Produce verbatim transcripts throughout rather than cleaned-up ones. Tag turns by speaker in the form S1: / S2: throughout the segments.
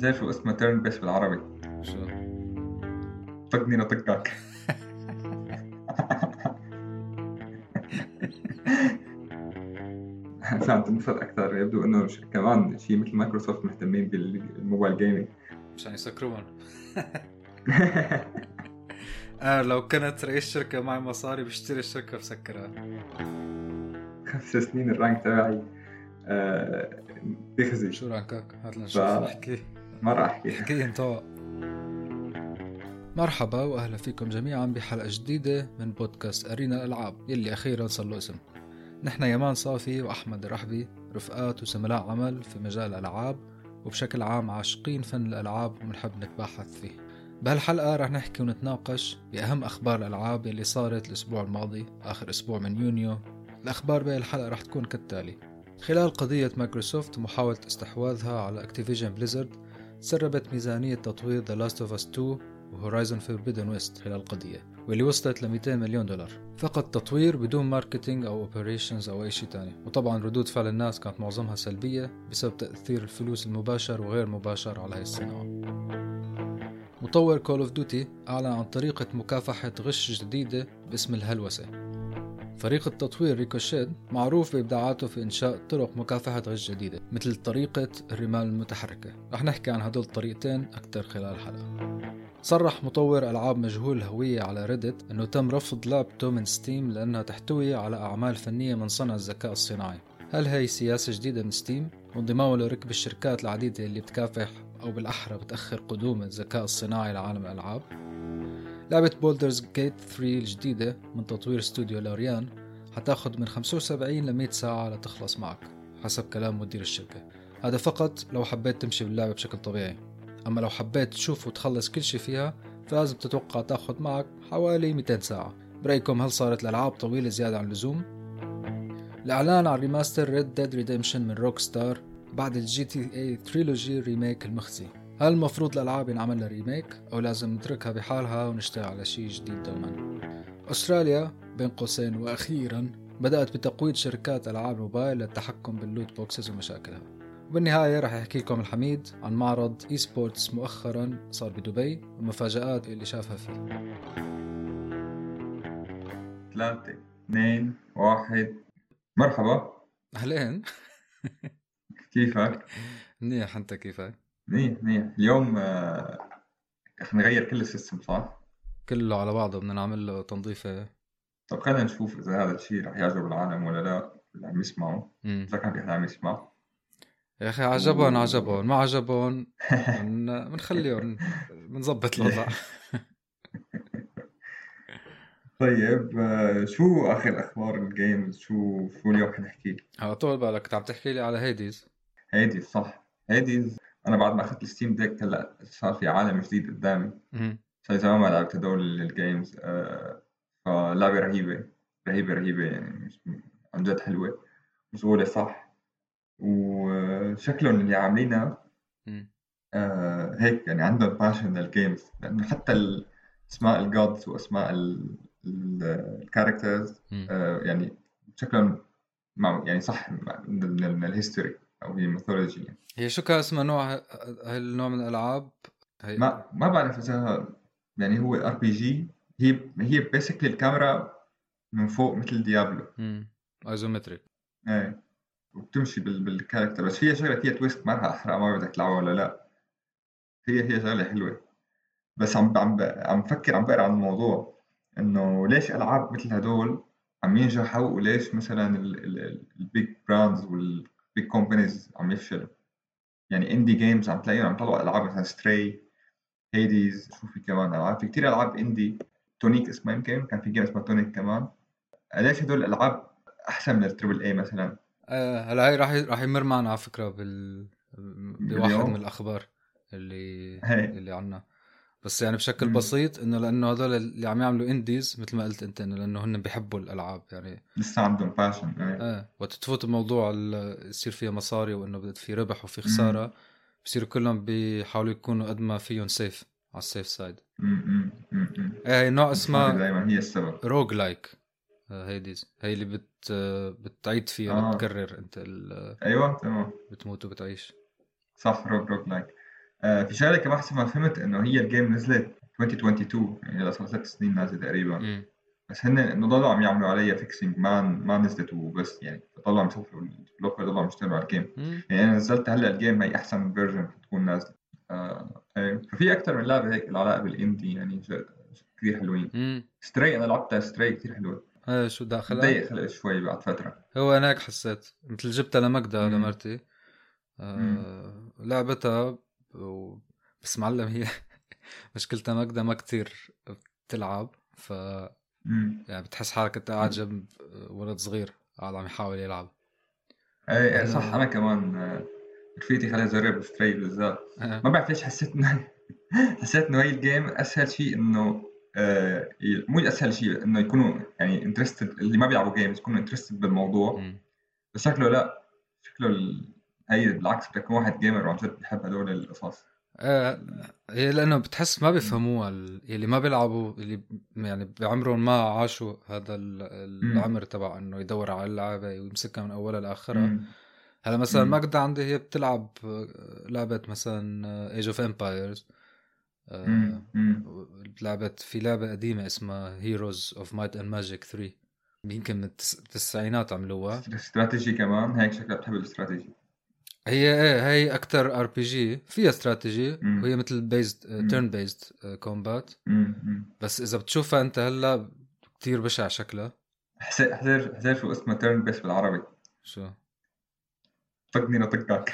S1: بتعرف شو اسمه تيرن بيس بالعربي؟
S2: شو؟
S1: طقني نطقك. عم تنبسط أكثر. يبدو إنه ش- كمان شيء مثل مايكروسوفت مهتمين بالموبايل جيمنج.
S2: مشان يسكرون. آه لو كانت رئيس شركة معي مصاري بشتري الشركة بسكرها.
S1: خمس سنين الرانك تبعي آه بيخزي.
S2: شو رانكك؟ هات
S1: ف...
S2: لنشوف. احكي
S1: ما راح أحكي.
S2: احكي انت. مرحبا واهلا فيكم جميعا بحلقة جديدة من بودكاست أرينا الألعاب يلي أخيرا صار له اسم. نحن يمان صافي وأحمد الرحبي رفقات وزملاء عمل في مجال الألعاب، وبشكل عام عاشقين فن الألعاب ومنحب نتباحث فيه. بهالحلقة رح نحكي ونتناقش بأهم أخبار الألعاب اللي صارت الأسبوع الماضي آخر أسبوع من يونيو. الأخبار بهالحلقة رح تكون كالتالي: خلال قضية مايكروسوفت ومحاولة استحواذها على أكتيفيجن بليزرد، سربت ميزانية تطوير The Last of Us تو وهورايزون فوربيدن ويست خلال القضية، واللي وصلت ل مئتين مليون دولار فقط تطوير بدون ماركتينج أو اوبريشنز أو أي شيء تاني. وطبعا ردود فعل الناس كانت معظمها سلبية بسبب تأثير الفلوس المباشر وغير مباشر على هاي الصناعة. مطور كول اوف دوتي أعلن عن طريقة مكافحة غش جديدة باسم الهلوسة. فريق التطوير ريكوشيد معروف بإبداعاته في إنشاء طرق مكافحة غش جديدة مثل طريقة الرمال المتحركة. رح نحكي عن هدول الطريقتين أكثر خلال الحلقة. صرح مطور ألعاب مجهول الهوية على ريدت أنه تم رفض لعبته من ستيم لأنها تحتوي على أعمال فنية من صنع الذكاء الصناعي. هل هي سياسة جديدة من ستيم وانضمامه لركب الشركات العديدة اللي بتكافح أو بالأحرى بتأخر قدوم الذكاء الصناعي لعالم الألعاب؟ لعبة بولدرز جيت ثري الجديدة من تطوير استوديو لاريان حتاخد من خمسة وسبعين ل مئة ساعة لتخلص معك حسب كلام مدير الشركة. هذا فقط لو حبيت تمشي باللعبة بشكل طبيعي، أما لو حبيت تشوف وتخلص كل شيء فيها فلازم تتوقع تاخد معك حوالي مئتين ساعة. برأيكم هل صارت الألعاب طويلة زيادة عن اللزوم؟ الإعلان عن ريماستر ريد ديد ريديمشن من روك ستار بعد الجي تي اي تريلوجي ريميك المخزي، هل المفروض الألعاب ينعمل لها ريميك أو لازم نتركها بحالها ونشتغل على شيء جديد دوما؟ أستراليا بين قوسين وأخيرا بدأت بتقويض شركات ألعاب موبايل للتحكم باللوت بوكسز ومشاكلها. وبالنهاية رح يحكي لكم الحميد عن معرض اي سبورتس مؤخرا صار بدبي والمفاجآت اللي شافها فيه.
S1: ثلاثة اثنين واحد. مرحبا.
S2: أهلين.
S1: كيفك؟
S2: منيح، أنت كيفك؟
S1: منيح منيح. اليوم آه، رح نغير كل السيستم صح؟
S2: كله على بعضه بدنا نعمل له تنظيفة.
S1: طب خلينا نشوف إذا هذا الشيء رح يعجب العالم ولا لا اللي عم يسمعوا.
S2: مم.
S1: إذا كان في حدا عم يسمع
S2: يا أخي عجبون
S1: و...
S2: عجبون ما عجبون من بنخليهم بنظبط الوضع.
S1: طيب آه، شو آخر أخبار الجيمز؟ شو شو اليوم حنحكي؟
S2: على طول بالك كنت عم تحكي لي على هيديز.
S1: هيديز صح. هيديز أنا بعد ما أخذت الستيم ديك هلا صار في عالم جديد قدامي.
S2: مم.
S1: صار زمان ما لعبت هدول الجيمز. آه، فلعبة رهيبة رهيبة رهيبة يعني مش- عن جد حلوة وشغولة صح. وشكلهم اللي عاملينها
S2: مم.
S1: آه هيك يعني عندهم باشن للجيمز، لأنه حتى ال- أسماء الجودز وأسماء الكاركترز
S2: مم.
S1: آه يعني شكلهم مع يعني صح مع- من, من الهيستوري أو هي ميثولوجي يعني.
S2: هي شو كان اسمها نوع هاي النوع من الألعاب؟ هي
S1: ما ما بعرف إذا يعني هو ار بي جي. هي هي بيسكلي الكاميرا من فوق مثل ديابلو.
S2: امم ايزومتريك.
S1: ايه وبتمشي بال بالكاركتر، بس فيها شغله فيها تويست. ما راح احرق ما بدك تلعبها ولا لا. هي هي شغله حلوه. بس عم عم عم بفكر عم بقرا عن الموضوع انه ليش العاب مثل هدول عم ينجحوا وليش مثلا البيج براندز والبيج كومبانيز عم يفشلوا. يعني اندي جيمز عم تلاقيهم عم يطلعوا العاب مثلا ستري، هيديز، شو في كمان العاب، في كثير العاب اندي. تونيك اسمها يمكن، كان في جيم اسمها تونيك كمان. ليش هدول الالعاب احسن من التربل اي مثلا؟
S2: آه هلا هي راح راح يمر معنا على فكرة بال بواحد من
S1: اليوم
S2: الأخبار اللي
S1: هي
S2: اللي عنا. بس يعني بشكل
S1: مم.
S2: بسيط إنه لأنه هذول اللي عم يعملوا إنديز مثل ما قلت أنت، إنه لأنه هن بيحبوا الألعاب يعني.
S1: لسه عندهم باشن.
S2: آه وتتفوت الموضوع ال- يصير فيها مصاري وإنه في ربح وفي خسارة، بصيروا كلهم بيحاولوا يكونوا قد ما فيهم سيف على السيف سايد. هي نوع اسمها
S1: دائما هي السبب.
S2: روج لايك. هيديز هي اللي بت بتعيد فيها
S1: اه
S2: بتكرر انت ال...
S1: ايوه تمام
S2: بتموت وبتعيش.
S1: صح. روك روك لايك. آه في شغله كمان حسب ما فهمت انه هي الجيم نزلت ألفين واثنين وعشرين، يعني صار ثلاث سنين نازله تقريبا.
S2: امم
S1: بس هن انه ضلوا عم يعملوا عليها فيكسينج، ما ما نزلت وبس، يعني ضلوا عم يسووا الديفلوبر، ضلوا عم يشتغلوا على الجيم.
S2: امم
S1: يعني انا نزلت هلا الجيم، هي احسن فيرجن تكون نازله. آه إيه. ففي اكثر من لعبه هيك العلاقه بالاندي، يعني ج- كثير حلوين.
S2: امم
S1: ستري انا لعبتها، ستري كثير حلوه.
S2: ايه شو داخلها؟
S1: متضايق خلق شوي بعد فتره.
S2: هو انا هيك حسيت مثل جبتها لمجدة
S1: امم
S2: لمرتي.
S1: امم
S2: آه لعبتها و... بس معلم هي مشكلتها مجدة ما كتير بتلعب، ف
S1: امم
S2: يعني بتحس حالك انت قاعد جنب ولد صغير قاعد عم يحاول يلعب.
S1: ايه إيه، صح.
S2: انا
S1: انا كمان آه، رفيقتي خليها تجرب ستري بالذات.
S2: آه.
S1: ما بعرف ليش حسيت انه حسيت انه هي الجيم اسهل شيء انه آه ي- مو اسهل شيء انه يكونوا يعني انترستد، اللي ما بيلعبوا جيمز يكونوا انترستد بالموضوع.
S2: مم.
S1: بس شكله لا، شكله ال... هي بالعكس بدك تكون واحد جيمر وعن جد بيحب هدول القصص.
S2: آه. هي لانه بتحس ما
S1: امم
S2: بيفهموها ال- اللي ما بيلعبوا، اللي يعني بعمرهم ما عاشوا هذا ال-
S1: امم
S2: العمر تبع انه يدور على اللعبة ويمسكها من اولها لاخرها.
S1: امم
S2: هلا مثلا
S1: امم
S2: ماجدة عندي هي بتلعب آه، لعبة مثلا ايج اوف امبايرز.
S1: امم
S2: لعبة في لعبة قديمة اسمها هيروز اوف مايت اند ماجيك ثري، يمكن من التس- التسعينات عملوها.
S1: استراتيجي كمان، هيك شكلها بتحب الاستراتيجي.
S2: هي ايه هي اكتر ار بي جي فيها استراتيجي،
S1: امم
S2: وهي مثل بيزد
S1: امم
S2: تيرن بيزد كومبات.
S1: امم
S2: بس اذا بتشوفها انت هلا كتير بشع شكلها.
S1: حسيت حسيت حسيت شو اسمه تيرن بيس بالعربي؟
S2: شو
S1: طقني لطقك.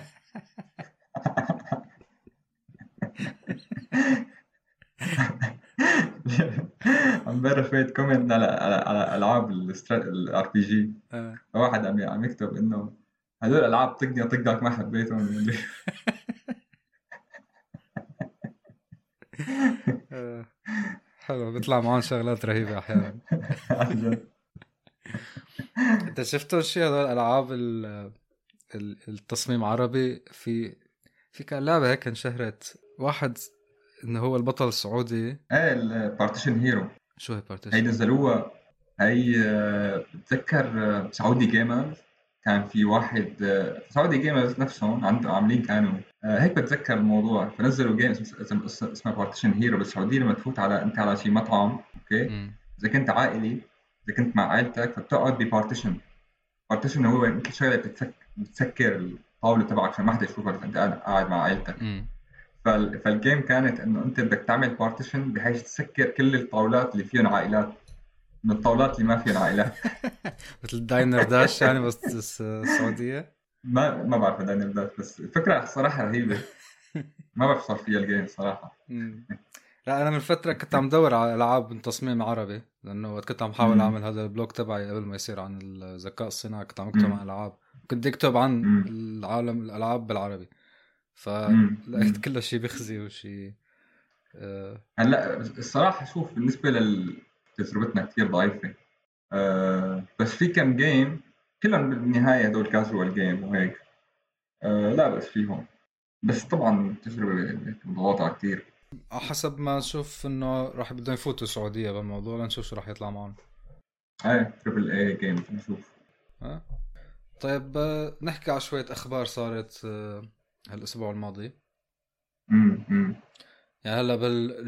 S1: عم بقرا شوية كومنت على على على ألعاب الار بي جي.
S2: آه.
S1: واحد عم عم يكتب إنه هدول ألعاب طقني طقك ما حبيتهم ومدري شو.
S2: آه. حلو، بيطلع معهم شغلات رهيبة احيانا.
S1: عن جد.
S2: انت شفتوا شيء هذول الالعاب ال- ال- التصميم عربي؟ في في كان لعبة هيك انشهرت، واحد انه هو البطل السعودي.
S1: ايه البارتيشن هيرو.
S2: شو هي
S1: هي
S2: بارتيشن؟
S1: نزلوها. هي آه، بتذكر آه، سعودي جيمرز. كان في واحد آه، سعودي جيمرز نفسهم عند عاملين كانوا آه، هيك بتذكر الموضوع، فنزلوا جيم اسمه اسمه- اسمها بارتيشن هيرو بالسعودية. لما تفوت على انت على شي مطعم، اوكي،
S2: امم
S1: اذا كنت عائلي، اذا كنت مع عائلتك، فبتقعد ببارتيشن. بارتيشن هو مثل شغله بتسك... بتسكر الطاوله تبعك عشان ما حدا يشوفك انت قاعد قاعد مع عائلتك.
S2: امم
S1: فال... فالجيم كانت انه انت بدك تعمل بارتيشن بحيث تسكر كل الطاولات اللي فيهم عائلات من الطاولات اللي ما فيهم عائلات.
S2: مثل داينر داش يعني، بس بس السعودية.
S1: ما ما بعرف هذا النبذات، بس الفكره صراحه رهيبه. ما بعرف صار فيها الجيم صراحه.
S2: مم. لا انا من فتره كنت عم دور على العاب من تصميم عربي، لانه وقت كنت عم حاول
S1: امم
S2: اعمل هذا البلوج تبعي قبل ما يصير عن الذكاء الصناعي، كنت عم اكتب عن
S1: امم
S2: العاب، كنت اكتب عن
S1: امم
S2: العالم الالعاب بالعربي. فلقيت
S1: امم
S2: كله شيء بخزي وشيء آه...
S1: هلا الصراحه شوف، بالنسبه لتجربتنا كثير ضعيفه. آه بس في كم جيم كلهم بالنهايه هدول كاجوال جيم وهيك. آه لا بس فيهم. بس طبعا تجربه مضغوطه كثير.
S2: على حسب ما نشوف انه راح بدهم يفوتوا السعوديه بالموضوع، لنشوف شو راح يطلع معهم.
S1: هاي تريبل اي جيم نشوف.
S2: ها طيب، آه، نحكي على شويه اخبار صارت آه، هالاسبوع الماضي.
S1: امم امم
S2: يعني هلا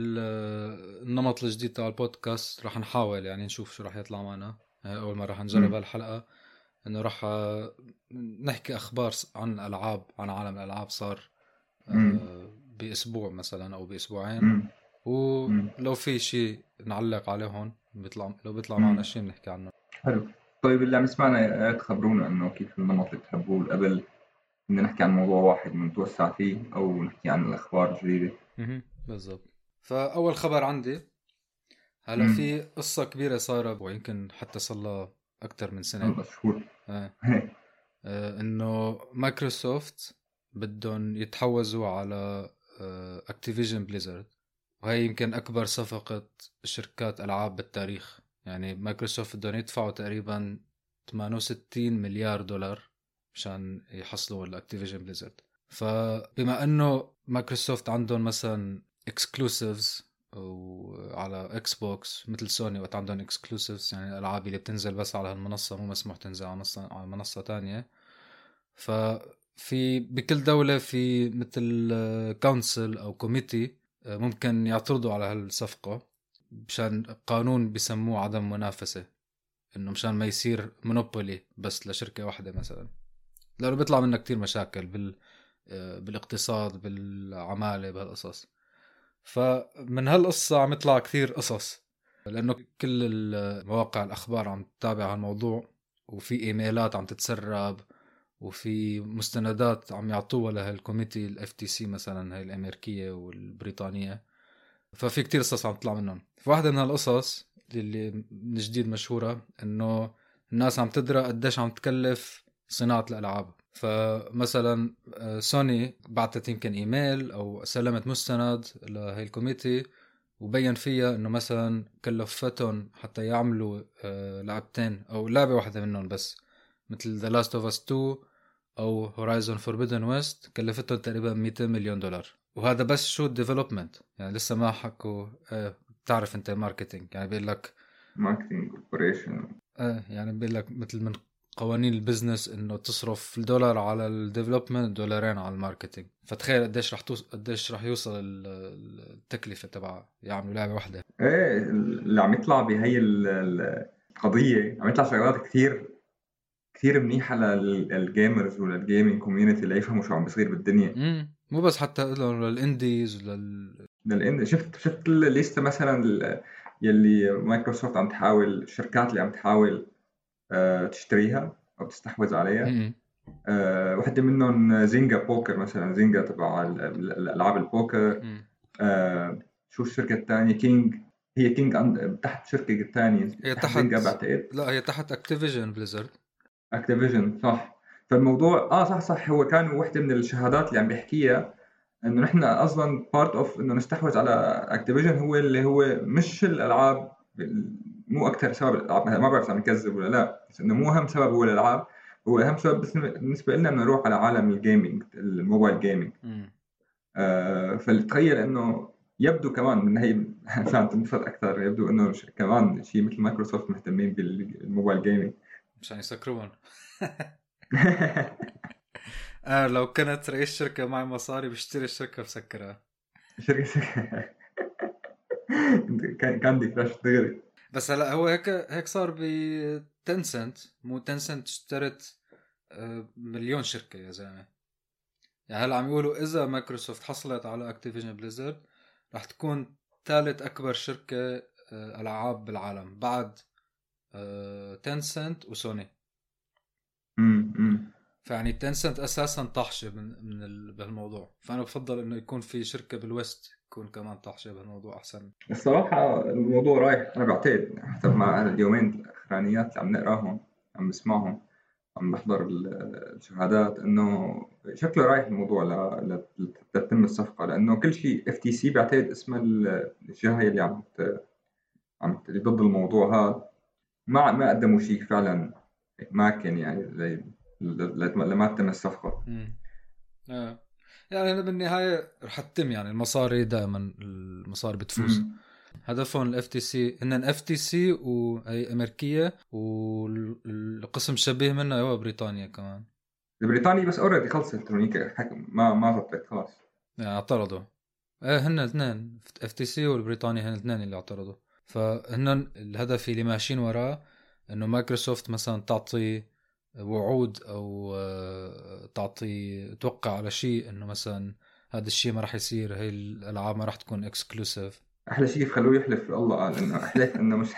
S2: بالنمط الجديد تاع البودكاست رح نحاول يعني نشوف شو رح يطلع معنا. يعني اول ما رح نجرب
S1: امم
S2: هالحلقه انه رح آه، نحكي اخبار عن الالعاب، عن عالم الالعاب صار
S1: امم
S2: آه، باسبوع مثلا او باسبوعين.
S1: امم امم
S2: ولو في شيء نعلق عليه هون بيطلع، لو بيطلع معنا
S1: امم
S2: شيء بنحكي عنه.
S1: حلو. طيب اللي عم يسمعنا يا ريت تخبرونا انه كيف النمط اللي بتحبوه قبل، بدنا نحكي عن موضوع واحد ونتوسع فيه او نحكي عن الاخبار الجديده.
S2: اها بالضبط. فاول خبر عندي، هلا
S1: امم
S2: في قصه كبيره صايره ويمكن حتى صار لها اكثر من سنه.
S1: الله شهور.
S2: آه. آه، انه مايكروسوفت بدهم يتحوزوا على اكتيفيجن بليزرد، وهي يمكن اكبر صفقة شركات العاب بالتاريخ. يعني مايكروسوفت بدهم يدفعوا تقريبا ثمانية وستين مليار دولار مشان يحصلوا الاكتيفيجن بليزرد. فبما انه مايكروسوفت عندهم مثلا اكسكلوسيفز وعلى اكس بوكس مثل سوني، وقت عندهم اكسكلوسيفز يعني الالعاب اللي بتنزل بس على هالمنصه، مو مسموح تنزل على منصه على منصه تانية. ف في بكل دولة في مثل كونسل أو كوميتي ممكن يعترضوا على هالصفقة مشان قانون بيسموه عدم منافسة، إنه مشان ما يصير مونوبولي بس لشركة واحدة مثلا، لأنه بيطلع منها كتير مشاكل بال بالاقتصاد بالعمالة بهالقصص. فمن هالقصة عم يطلع كثير قصص، لأنه كل المواقع الأخبار عم تتابع هالموضوع، وفي إيميلات عم تتسرب، وفي مستندات عم يعطوها لهالكوميتي الاف تي سي مثلا، هاي الأمريكية والبريطانية. ففي كتير قصص عم تطلع منهم. فواحدة من هالقصص اللي من جديد مشهورة إنه الناس عم تدرى قديش عم تكلف صناعة الألعاب. فمثلا سوني بعتت يمكن إيميل أو سلمت مستند لهي الكوميتي وبين فيها إنه مثلا كلفتهم حتى يعملوا لعبتين أو لعبة واحدة منهم بس، مثل The Last of Us تو أو Horizon Forbidden West، كلفتهم تقريبا مئتين مليون دولار. وهذا بس شو الديفلوبمنت، يعني لسه ما حكوا. اه تعرف انت ماركتينج، يعني بيقول لك
S1: ماركتينج اوبريشن.
S2: اه يعني بيقول لك مثل من قوانين البزنس انه تصرف الدولار على الديفلوبمنت دولارين على الماركتينج. فتخيل قديش رح توصل قديش رح يوصل التكلفه تبع يعملوا لعبه واحده.
S1: ايه اللي عم يطلع بهي القضيه، عم يطلع شغلات كثير كثير منيحه للجيمرز وللجيمنج كوميونتي اللي يفهموا شو عم بيصير بالدنيا.
S2: امم مو بس حتى للانديز ولل
S1: للإن شفت شفت الليسته مثلا يلي مايكروسوفت عم تحاول، الشركات اللي عم تحاول آه، تشتريها او تستحوذ عليها.
S2: امم
S1: آه، واحدة منهم زينجا بوكر مثلا، زينجا تبع ال- ال- الألعاب البوكر.
S2: امم
S1: آه، شو الشركة الثانية؟ كينج. هي كينج عند- تحت شركة الثانية
S2: هي
S1: تحت
S2: تحت،
S1: زينجا بعتقد.
S2: لا هي تحت اكتيفيجن بليزرد.
S1: اكتيفيجن صح. فالموضوع اه صح صح هو كان واحدة من الشهادات اللي عم بيحكيها انه نحن اصلا بارت اوف انه نستحوذ على اكتيفيجن، هو اللي هو مش الالعاب، مو اكثر سبب الالعاب، ما بعرف عم نكذب ولا لا، بس انه مو اهم سبب هو الالعاب، هو اهم سبب بس بالنسبه لنا انه نروح على عالم الجيمنج، الموبايل جيمنج.
S2: امم
S1: آه فتخيل انه يبدو كمان من هي عشان تنبسط اكثر، يبدو انه ش- كمان شيء مثل مايكروسوفت مهتمين بالموبايل جيمنج.
S2: مشان يسكرون. انا لو كنت رئيس شركه معي مصاري بشتري الشركه بسكرها.
S1: شركه كان كاندي كراش دغري.
S2: بس هلا هو هيك هيك صار ب تنسنت. مو تنسنت اشترت آه، مليون شركه يا زلمه. يعني هلا عم يقولوا اذا مايكروسوفت حصلت على اكتيفيجن بليزرد راح تكون ثالث اكبر شركه آه، العاب بالعالم بعد تنسنت وسوني.
S1: امم امم
S2: فيعني تنسنت اساسا طاحشه من من ال- بهالموضوع. فانا بفضل انه يكون في شركه بالويست يكون كمان طاحشه بهالموضوع احسن.
S1: الصراحة الموضوع رايح، أنا بعتقد حسب ما اليومين الأخرانيات اللي عم نقراهم، عم بسمعهم، عم بحضر ال- الشهادات، إنه شكله رايح الموضوع ل- ل- لتتم الصفقة، لأنه كل شيء اف تي سي بعتقد اسمها ال- الجهة اللي عم ت- عم ت- ضد الموضوع هذا، ما ما قدموا شيء فعلا ماكن يعني زي ل- ل- لما تتم الصفقة.
S2: امم آه. يعني أنا بالنهاية رح تتم، يعني المصاري دائما المصاري بتفوز.
S1: أمم.
S2: هدفهم الاف تي سي هن اف تي سي وهي امريكيه، والقسم الشبيه منها هو بريطانيا كمان.
S1: بريطانيا بس اوريدي خلصت هونيك، حكم ما ما زبطت خلاص.
S2: يعني اعترضوا. ايه هن الاثنين اف تي سي والبريطانيا هن الاثنين اللي اعترضوا. فهن الهدف اللي ماشيين وراه انه مايكروسوفت مثلا تعطي وعود او آه، تعطي توقع على شيء انه مثلا هذا الشيء ما راح يصير، هاي الالعاب ما راح تكون اكسكلوسيف.
S1: احلى شيء خلوه يحلف، الله قال انه احلف انه مش.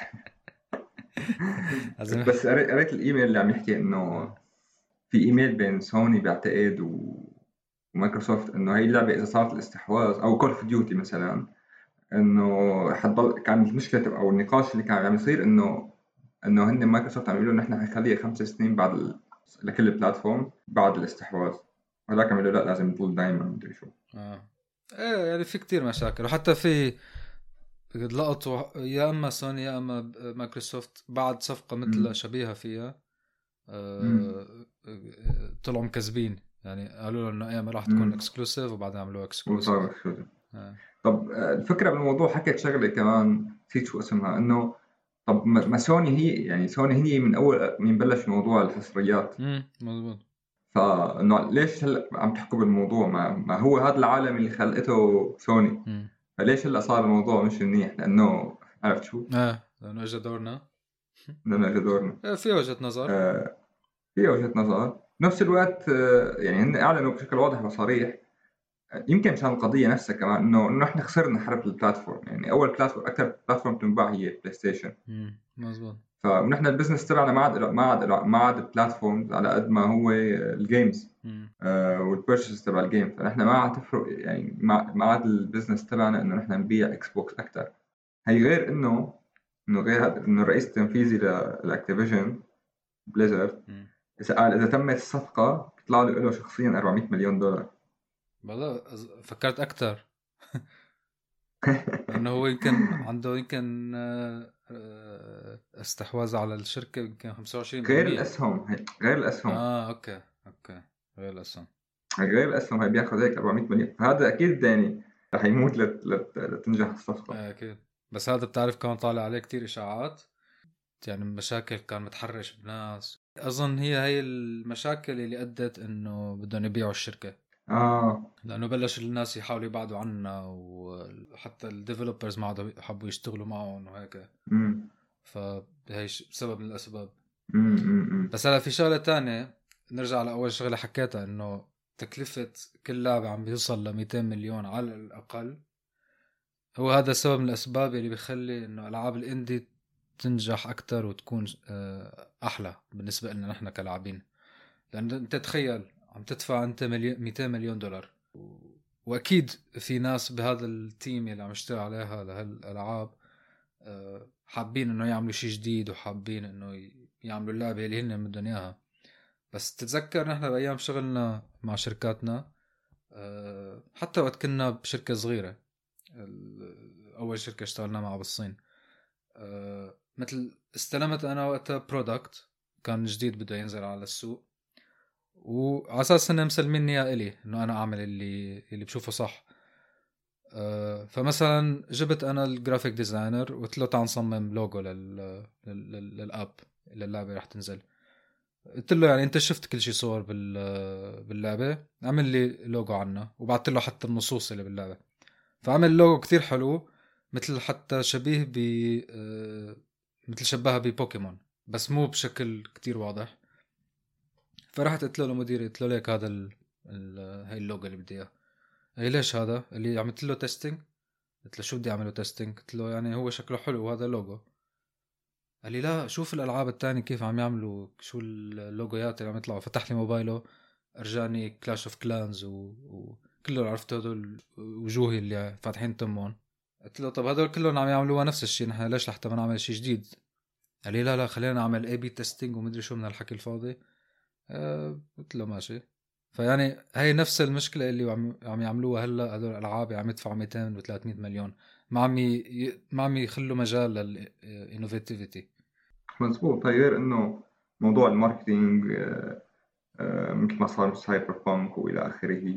S2: لازم.
S1: بس قريت قريت الايميل اللي عم يحكي انه في ايميل بين سوني بعتقد و- ومايكروسوفت، انه هي اللعبه اذا صارت الاستحواذ او كول اوف ديوتي مثلا، انه حتضل، كان المشكله او النقاش اللي كان عم يصير انه انه هن مايكروسوفت عم يقولوا نحن حنخليها خمس سنين بعد ال... لكل البلاتفورم بعد الاستحواذ، هذاك عم يقولوا لا لازم تضل دائما مدري شو.
S2: اه ايه يعني في كتير مشاكل، وحتى في لقطوا يا اما سوني يا اما مايكروسوفت بعد صفقة مثل
S1: امم
S2: شبيهة فيها
S1: امم
S2: آه، آه، طلعوا مكذبين. يعني قالوا له انه ايه ما راح تكون
S1: امم
S2: اكسكلوسيف وبعدين عملوها اكسكلوسيف.
S1: وصار شو. طب آه، الفكرة بالموضوع، حكيت شغلة كمان نسيت شو اسمها، انه طب ما ما سوني هي، يعني سوني هي من اول من بلش موضوع الحصريات،
S2: امم مضبوط.
S1: فانه ليش هلا عم تحكوا بالموضوع؟ ما, ما هو هذا العالم اللي خلقته سوني،
S2: مم.
S1: فليش هلا صار الموضوع مش منيح؟ لانه عرفت شو؟
S2: اه لانه اجى دورنا.
S1: بدنا نجي دورنا.
S2: آه، في وجهة نظر.
S1: آه في وجهة نظر. بنفس الوقت آه يعني هن اعلنوا بشكل واضح وصريح، آه، يمكن عشان القضيه نفسها كمان، انه انه احنا خسرنا حرب البلاتفورم. يعني اول بلاتفورم، اكثر بلاتفورم تنباع هي بلاي ستيشن.
S2: مم. مزبوط.
S1: فنحن البزنس تبعنا ما عاد ما عاد ما عاد بلاتفورم على قد ما هو الجيمز
S2: مم.
S1: آه والبيرشيز تبع الجيم. فنحن ما عاد تفرق يعني، ما ما عاد البزنس تبعنا انه نحن نبيع اكس بوكس اكثر. هي غير انه انه غير هذا، انه الرئيس التنفيذي لاكتيفيجن بليزرد
S2: مم.
S1: اذا قال اذا تمت الصفقه بيطلع له له شخصيا أربعمية مليون دولار.
S2: والله أز- فكرت اكثر. لانه هو يمكن عنده يمكن آه، آه، استحواذ على الشركة يمكن خمسة وعشرين
S1: غير
S2: بالمية.
S1: الاسهم، هي غير الاسهم،
S2: اه اوكي اوكي. غير الاسهم.
S1: هي غير الاسهم، هي بياخذ هيك أربعمية مليون. فهذا اكيد يعني رح يموت لت... لت... لتنجح الصفقه.
S2: آه اكيد. بس هذا بتعرف كمان طالع عليه كتير اشاعات، يعني مشاكل كان متحرش بناس. اظن هي هي المشاكل اللي ادت انه بدهم يبيعوا الشركة،
S1: اه
S2: لانه بلش الناس يحاولوا يبعدوا عنا، وحتى الديفلوبرز ما عادوا حبوا يشتغلوا معهم وهيك.
S1: امم
S2: فهي ش- سبب من الاسباب.
S1: امم امم
S2: بس هلا في شغله تانية، نرجع لاول شغله حكيتها، انه تكلفه كل لاعب عم بيوصل ل مئتين مليون على الاقل. هو هذا سبب من الاسباب اللي بيخلي انه العاب الاندي تنجح اكتر وتكون آه، احلى بالنسبه لنا نحن كلاعبين. لان انت تخيل عم تدفع انت مليون مئتين مليون دولار، واكيد في ناس بهذا التيم اللي عم يشتغل عليها لهالالعاب آه، حابين انه يعملوا شيء جديد، وحابين انه يعملوا اللعبه اللي هن بدهم اياها. بس تتذكر نحن بايام شغلنا مع شركاتنا، آه، حتى وقت كنا بشركه صغيره، اول شركه اشتغلنا معها بالصين، آه، مثل استلمت انا وقتها برودكت كان جديد بده ينزل على السوق، وعلى اساس انه مسلميني اياه الي انه انا اعمل اللي اللي بشوفه صح. أه فمثلا جبت انا الجرافيك ديزاينر وقلت له تعال نصمم لوجو لل... لل... للاب اللي اللعبه رح تنزل. قلت له يعني انت شفت كل شيء صور بال... باللعبه، عمل لي لوجو عنها، وبعثت له حتى النصوص اللي باللعبه. فعمل لوجو كتير حلو، مثل حتى شبيه ب أه... مثل شبهها ببوكيمون، بس مو بشكل كتير واضح. فرحت قلت له لمديري، قلت له ليك هذا ال... ال... هاي اللوجو اللي بدي اياه. قال لي ليش هذا اللي عملت له تيستينج؟ قلت له شو بدي اعمله تيستينج؟ قلت له يعني هو شكله حلو وهذا لوجو. قال لي لا شوف الالعاب التانية كيف عم يعملوا، شو اللوجويات اللي عم يطلعوا. فتح لي موبايله، ارجاني كلاش اوف كلانز و... وكله عرفت هدول وجوهي اللي فاتحين تمون. قلت له طب هدول كلهم عم يعملوها نفس الشيء، نحن ليش لحتى ما نعمل شيء جديد؟ قال لي لا لا خلينا نعمل اي بي تيستينج ومدري شو من الحكي الفاضي. أه قلت له ماشي. فيعني هاي نفس المشكلة اللي عم عم يعملوها هلا هدول الالعاب، عم يدفعوا مئتين و300 مليون، ما عم ي... ما عم يخلوا مجال للانوفيتيفيتي.
S1: مزبوط. هي غير انه موضوع الماركتينج آه، آه، مثل ما صار سايبر بانك والى اخره،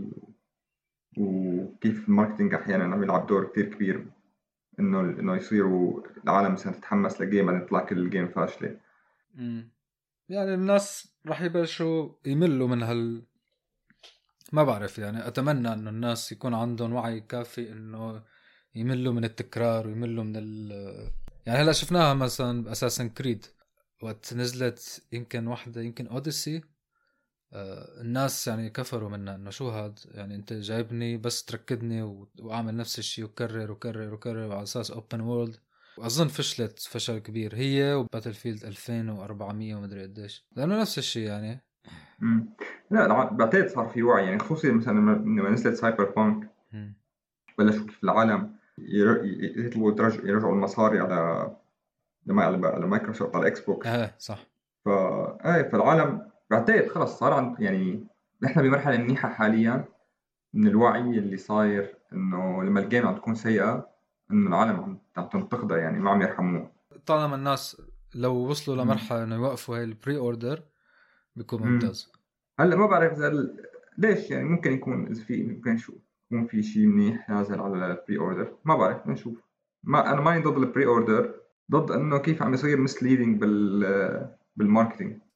S1: وكيف الماركتينج احيانا عم يلعب دور كتير كبير، انه انه يصيروا العالم مثلا تتحمس لجيم بعدين تطلع كل الجيم فاشله.
S2: امم يعني الناس راح يبلشوا يملوا من هال، ما بعرف يعني. اتمنى انه الناس يكون عندهم وعي كافي انه يملوا من التكرار ويملوا من ال، يعني هلا شفناها مثلا باساسن كريد وقت نزلت يمكن واحدة، يمكن اوديسي، آه الناس يعني كفروا منها انه شو هاد، يعني انت جايبني بس تركدني و... واعمل نفس الشيء وكرر وكرر وكرر على اساس اوبن وورلد. واظن فشلت فشل كبير هي وباتل فيلد ألفين وأربعمية ومدري قديش، لانه نفس الشيء يعني.
S1: مم. لا لا، بعتقد صار في وعي يعني، خصوصي مثلا لما لما نزلت سايبر بانك
S2: مم.
S1: بلشوا كيف العالم ير- ي- يطلبوا يرجعوا يرجعوا المصاري على لما على على مايكروسوفت على اكس بوكس.
S2: اه صح.
S1: ف ايه فالعالم بعتقد خلص صار عند يعني، نحن بمرحله منيحه حاليا من الوعي اللي صاير، انه لما الجيم عم تكون سيئه انه العالم عم عم تنتقدها يعني، ما عم يرحموها.
S2: طالما الناس لو وصلوا
S1: مم.
S2: لمرحلة انه يوقفوا هاي البري اوردر بيكون
S1: مم.
S2: ممتاز.
S1: هلا ما بعرف اذا ال- ليش يعني، ممكن يكون اذا في ممكن شو يكون في شيء منيح نازل على البري اوردر، ما بعرف نشوف. ما انا ماني ضد البري اوردر، ضد انه كيف عم يصير مسليدنج بال بالماركتينج.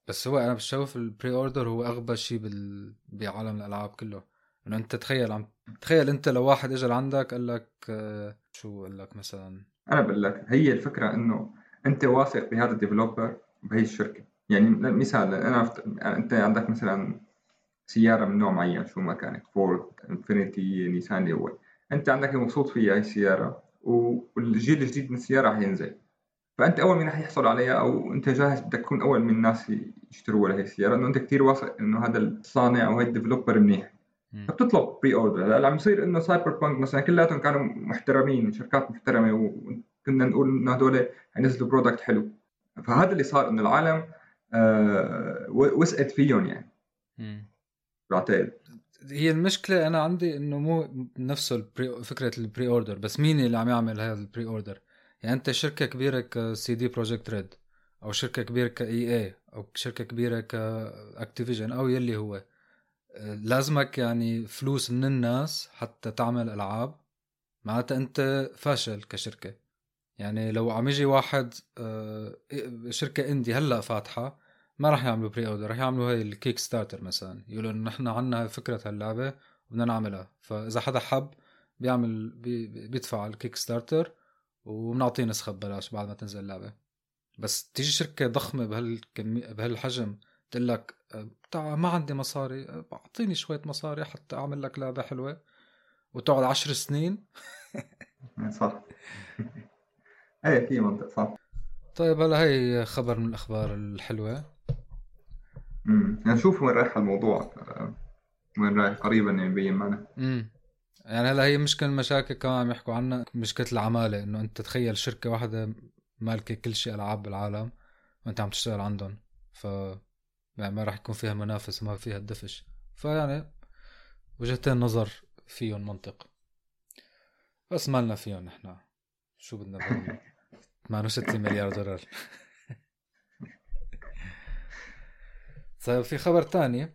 S2: بس هو انا بشوف البري اوردر هو اغبى شيء بال... بعالم الالعاب كله. انه انت تخيل عم تخيل انت لو واحد اجى لعندك قال لك آه، شو قال لك مثلا.
S1: انا بقول لك هي الفكره انه انت واثق بهذا الديفلوبر بهي الشركه. يعني مثال انا أفت... انت عندك مثلا سياره من نوع معين شو ما كانت، فورد، انفينيتي، نيسان، اللي هو انت عندك مبسوط فيها هي السياره، والجيل الجديد من السياره رح ينزل، فانت اول من رح يحصل عليها او انت جاهز بدك تكون اول من الناس يشتروا لهي السياره، انه انت كثير واثق انه هذا الصانع او هذا الديفلوبر منيح،
S2: مم.
S1: فبتطلب بري اوردر. هلا عم يصير انه سايبر بانك مثلا كلياتهم كانوا محترمين، شركات محترمه، وكنا نقول انه هدول حينزلوا برودكت حلو، فهذا اللي صار انه العالم آه وسقت فيهم يعني.
S2: مم.
S1: بعتقد
S2: هي المشكله انا عندي انه مو نفسه البري... فكره البري اوردر، بس مين اللي عم يعمل هذا البري اوردر؟ يعني انت شركه كبيره كسي دي بروجكت ريد، او شركه كبيره كاي اي، او شركه كبيره كاكتيفيجن، او يلي هو لازمك يعني فلوس من الناس حتى تعمل ألعاب، معناتها أنت فاشل كشركة. يعني لو عم يجي واحد شركة اندي هلأ فاتحة، ما راح يعملوا بري اوردر، راح يعملوا هاي الكيك ستارتر مثلا، يقولوا إن نحن عنا فكرة هاللعبة وبدنا نعملها، فإذا حدا حب بيعمل بي بيدفع الكيك ستارتر وبنعطيه نسخة ببلاش بعد ما تنزل اللعبة. بس تيجي شركة ضخمة بهالكمية بهالحجم تقول لك تعال ما عندي مصاري، اعطيني شوية مصاري حتى اعمل لك لعبة حلوة، وتقعد عشر سنين.
S1: صح. ايه في منطق صح.
S2: طيب هلا هي خبر من الاخبار الحلوة.
S1: امم يعني شوف وين رايح الموضوع، آه، وين رايح قريبا يعني يبين معنا.
S2: امم يعني هلا هي مشكلة المشاكل كمان عم يحكوا عنها، مشكلة العمالة، انه انت تخيل شركة واحدة مالكة كل شيء العاب بالعالم وانت عم تشتغل عندهم، ف يعني ما راح يكون فيها منافس وما فيها الدفش. فيعني وجهتين نظر فيهم منطق، بس مالنا فيهم نحن، شو بدنا بال ثمانية وستين مليار دولار. طيب في خبر تاني،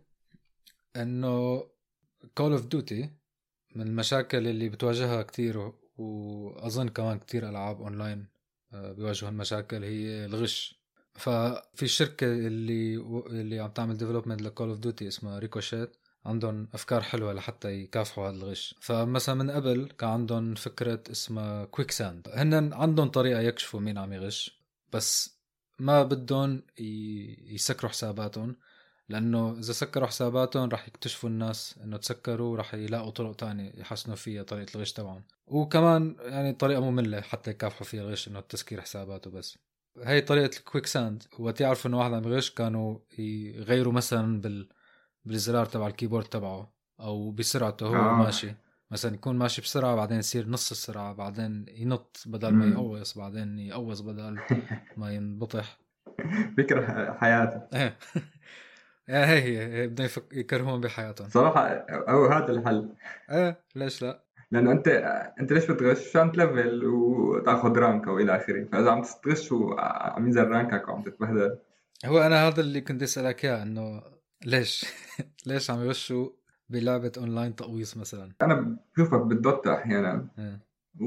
S2: انه كول اوف ديوتي من المشاكل اللي بتواجهها كتير، واظن كمان كتير العاب اونلاين بيواجهوا المشاكل، هي الغش. ففي الشركة اللي اللي عم تعمل ديفلوبمنت لكول اوف ديوتي اسمها ريكوشيت، عندهم افكار حلوه لحتى يكافحوا هذا الغش. فمثلا من قبل كان عندهم فكره اسمها كويك ساند، هن عندهم طريقه يكشفوا مين عم يغش، بس ما بدهم يسكروا حساباتهم، لانه اذا سكروا حساباتهم راح يكتشفوا الناس انه تسكروا، وراح يلاقوا طرق تانية يحسنوا فيها طريقه الغش تبعهم، وكمان يعني طريقه ممله حتى يكافحوا فيها الغش، انه تسكير حساباته بس. هاي طريقة الكويك ساند، وقت يعرفوا انه واحد عم يغش كانوا يغيروا مثلا بال... بالزرار تبع الكيبورد تبعه، او بسرعته هو
S1: اه
S2: ماشي، مثلا يكون ماشي بسرعة بعدين يصير نص السرعة، بعدين ينط بدل ما
S1: امم
S2: يقوص، بعدين يقوص بدل ما ينبطح.
S1: فكرة حياتي
S2: ايه يعني هي هي, هي بدهم يفك... يكرهون بحياتهم.
S1: صراحة، هو هذا الحل.
S2: ايه ليش لا.
S1: لأنه أنت أنت ليش بتغش؟ عشان تلفل وتاخذ رانك أو إلى آخره، فإذا عم تغش وعم ينزل رانكك وعم تتبهدل.
S2: هو انا هذا اللي كنت اسالك اياه، انه ليش ليش عم يغشوا بلعبة اونلاين تقويص مثلا.
S1: أنا بشوفك بالدوتا أحيانا،
S2: ايه.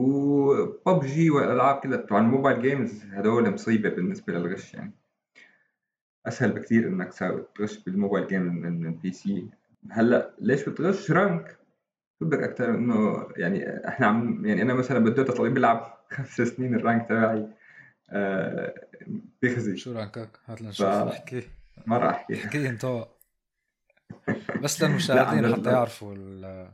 S1: وببجي والألعاب كلها تبع الموبايل جيمز هدول مصيبة بالنسبة للغش يعني. أسهل بكتير إنك تغش بالموبايل جيم من البي سي. هلا ليش بتغش رانك؟ بدك أكتر إنه يعني إحنا عم يعني أنا مثلا بدوتا طالع بلعب خمس سنين، الرانك تبعي آه بيخزي،
S2: شو رانكك؟ هات لنشوف،
S1: فما
S2: احكي
S1: راح أحكي.
S2: احكي انت، بس
S1: لا عن
S2: للمشاهدين
S1: جد
S2: حتى
S1: لا
S2: يعرفوا ال-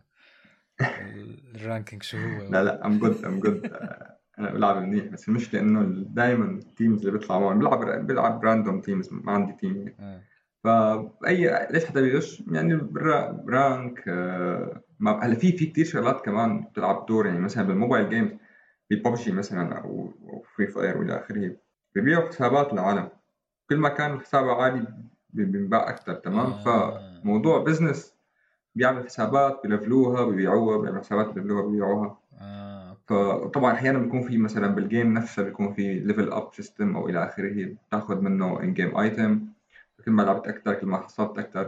S2: ال- الرانكينج شو هو.
S1: لا لا أم جد أم جد أنا بلعب منيح، بس المشكلة إنه دائما التيمز اللي بيطلع معي بلعب بلعب راندوم تيمز، ما عندي تيم يعني.
S2: آه.
S1: فأي ليش حدا بيغش يعني برا- برانك آه، ما هلا في في كثير شغلات كمان بتلعب دور، يعني مثلا بالموبايل جيمز ببجي مثلا او أو فري فاير والى اخره، ببيعوا حسابات العالم، كل ما كان الحساب عالي بينباع اكثر. تمام،
S2: آه.
S1: فموضوع بزنس، بيعمل حسابات بيلفلوها بيبيعوها، بيعمل حسابات بيلفلوها بيبيعوها.
S2: اه اوكي.
S1: فطبعا احيانا بيكون في مثلا بالجيم نفسها بيكون في ليفل اب سيستم او الى اخره، بتاخذ منه ان جيم ايتم، كل ما لعبت اكثر كل ما حصلت اكثر.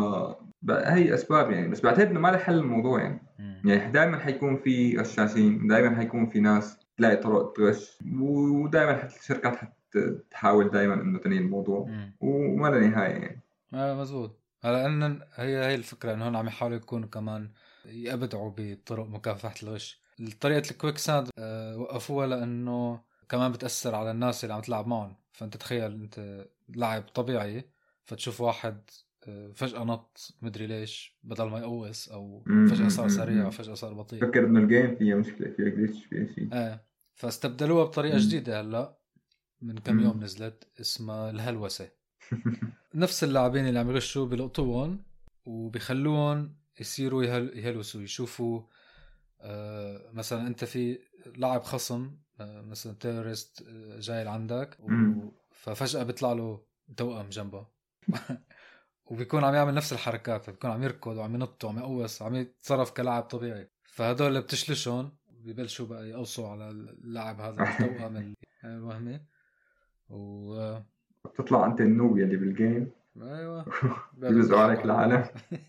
S1: فهي اسباب يعني، بس بعتقد انه ما رح يحل الموضوع يعني.
S2: مم.
S1: يعني دائما حيكون في غشاشين، دائما حيكون في ناس تلاقي طرق تغش، ودائما الشركات تحاول دائما انه تنهي الموضوع
S2: مم.
S1: وما لا نهايه يعني.
S2: اه مزبوط. على ان هي هي الفكره انه هون عم يحاولوا يكونوا كمان يبدعوا بطرق مكافحه الغش. طريقه الكويك ساند أه وقفوها لانه كمان بتاثر على الناس اللي عم تلعب معهم. فانت تخيل انت لاعب طبيعي فتشوف واحد أه فجاه نط مدري ليش بدل ما يقوس او فجاه صار سريع او فجاه صار بطيء.
S1: فكر انه الجيم فيها مشكله فيها جليتش فيها شيء.
S2: اه فاستبدلوها بطريقه
S1: مم.
S2: جديده هلا من كم
S1: مم.
S2: يوم نزلت اسمها الهلوسه. نفس اللاعبين اللي عم يغشوا بلقطوهم وبيخلوهم يصيروا يهل... يهلوسوا يشوفوا آه مثلا انت في لاعب خصم آه مثلا تيرست آه جاي لعندك و... ففجأة بيطلع له توأم جنبه وبيكون عم يعمل نفس الحركات. بيكون عم يركض وعم ينط وعم يقوس وعم يتصرف كلاعب طبيعي. فهدول اللي بتشلشون بيبلشوا بقى يقوصوا على اللاعب هذا التوأم الوهمي و
S1: بتطلع انت النوب يلي بالجيم.
S2: ايوه
S1: بيوزعوا عليك العالم.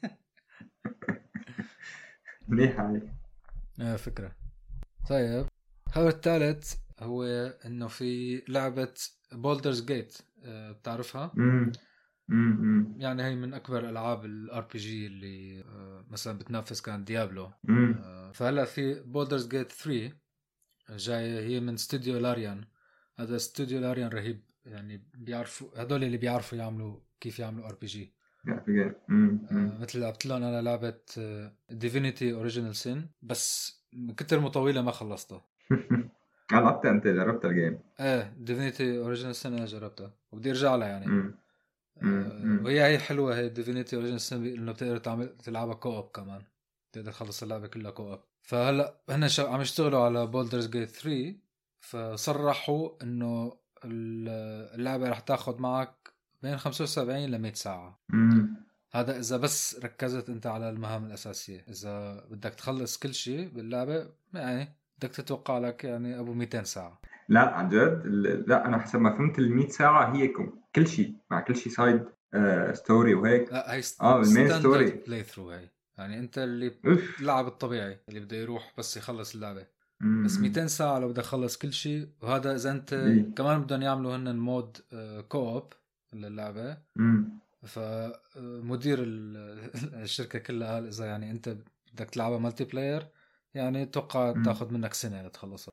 S1: منيح هاي.
S2: ايه فكرة. طيب الخبر الثالث هو انه في لعبة بولدرز جيت أه بتعرفها؟
S1: امم امم
S2: يعني هي من اكبر العاب الار بي جي اللي أه مثلا بتنافس كان ديابلو.
S1: امم
S2: أه فهلا في بولدرز جيت ثري جاي هي من استوديو لاريان. هذا استوديو لاريان رهيب يعني بيعرفوا هدول اللي بيعرفوا يعملوا كيف يعملوا ار بي جي. مثل لعبت لهم انا لعبة ديفينيتي اوريجينال سين بس من كتر مطولة ما خلصتها.
S1: انا لعبت انت جربت الجيم.
S2: ايه ديفينيتي اوريجينال سين انا جربتها وبدي ارجع لها يعني.
S1: امم
S2: آه وهي هي حلوة هي ديفينيتي اوريجينال سين انه بتقدر تعمل تلعبها كوب كمان. تقدر تخلص اللعبة كلها كوب. فهلا هن عم يشتغلوا على بولدرز جيت ثري فصرحوا انه اللعبة رح تاخد معك بين خمسة وسبعين ل مية ساعة.
S1: امم
S2: هذا إذا بس ركزت أنت على المهام الأساسية. إذا بدك تخلص كل شيء باللعبة يعني بدك تتوقع لك يعني أبو مئتين ساعة.
S1: لا عن جد لا انا حسب ما فهمت ال مية ساعه هي كل شيء مع كل شيء سايد آه ستوري وهيك.
S2: لا هي
S1: اه المين ستوري
S2: بلاي ثرو هي يعني أنت اللي
S1: اوف.
S2: اللاعب الطبيعي اللي بده يروح بس يخلص اللعبة.
S1: مم.
S2: بس مئتين ساعة لو بدك تخلص كل شيء. وهذا إذا أنت
S1: إيه.
S2: كمان بدهم يعملوا هن مود كوب للعبة.
S1: مم.
S2: فمدير الشركة كلها قال إذا يعني أنت بدك تلعبها مالتي بلاير يعني توقع تاخذ منك سنة لتخلصها.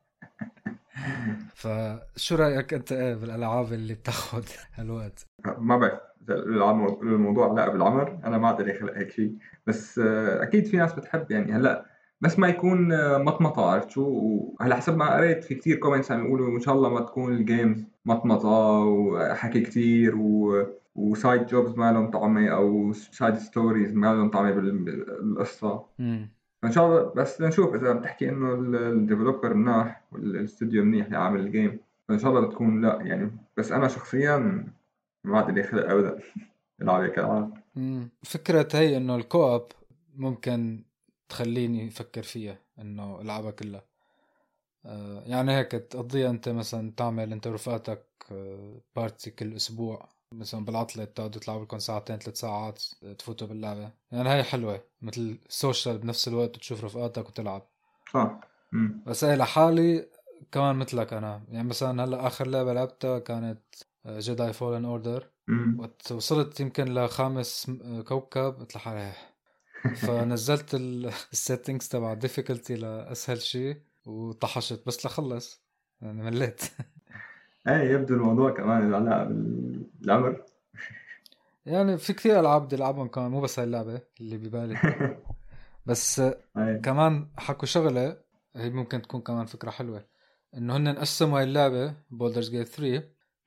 S2: فشو رأيك أنت إيه بالألعاب اللي بتاخذ هالوقت؟
S1: ما بعرف الموضوع لا بالعمر انا ما اقدر اخلق هيك شيء بس اكيد في ناس بتحب يعني هلا بس ما يكون مطمطه عرفت شو. وهلا حسب ما قريت في كتير كومنتس عم يقولوا ان شاء الله ما تكون الجيمز مطمطه وحكي كتير و وسايد جوبز ما لهم طعمه او سايد ستوريز ما لهم طعمه بالقصه. فان شاء الله بس لنشوف اذا عم تحكي انه الديفلوبر مناح والاستوديو منيح اللي عامل الجيم فان شاء الله بتكون لا يعني. بس انا شخصيا ما عاد لي خلق ابدا العب هيك العاب.
S2: فكره هي انه الكوب ممكن تخليني افكر فيها انه العبها كلها. آه يعني هيك تقضيها انت مثلا تعمل انت ورفقاتك آه بارتي كل اسبوع مثلا بالعطلة تقعدوا تلعبوا لكم ساعتين ثلاث ساعات تفوتوا باللعبة. يعني هاي حلوة مثل سوشيال بنفس الوقت وتشوف رفقاتك وتلعب.
S1: صح.
S2: بس هاي لحالي كمان مثلك أنا يعني مثلا هلأ آخر لعبة لعبتها كانت جيداي فولن أوردر. وصلت يمكن لخامس كوكب قلت لحالي فنزلت السيتنجز تبع ديفيكولتي لأسهل شيء وطحشت بس لخلص يعني مليت.
S1: ايه يبدو الموضوع كمان له علاقة بالعمر.
S2: يعني في كثير ألعاب بدي ألعبهم كمان مو بس هاي اللعبة اللي ببالي. بس كمان حكوا شغلة هي ممكن تكون كمان فكرة حلوة إنه هن نقسموا هاي اللعبة بولدرز جيت ثري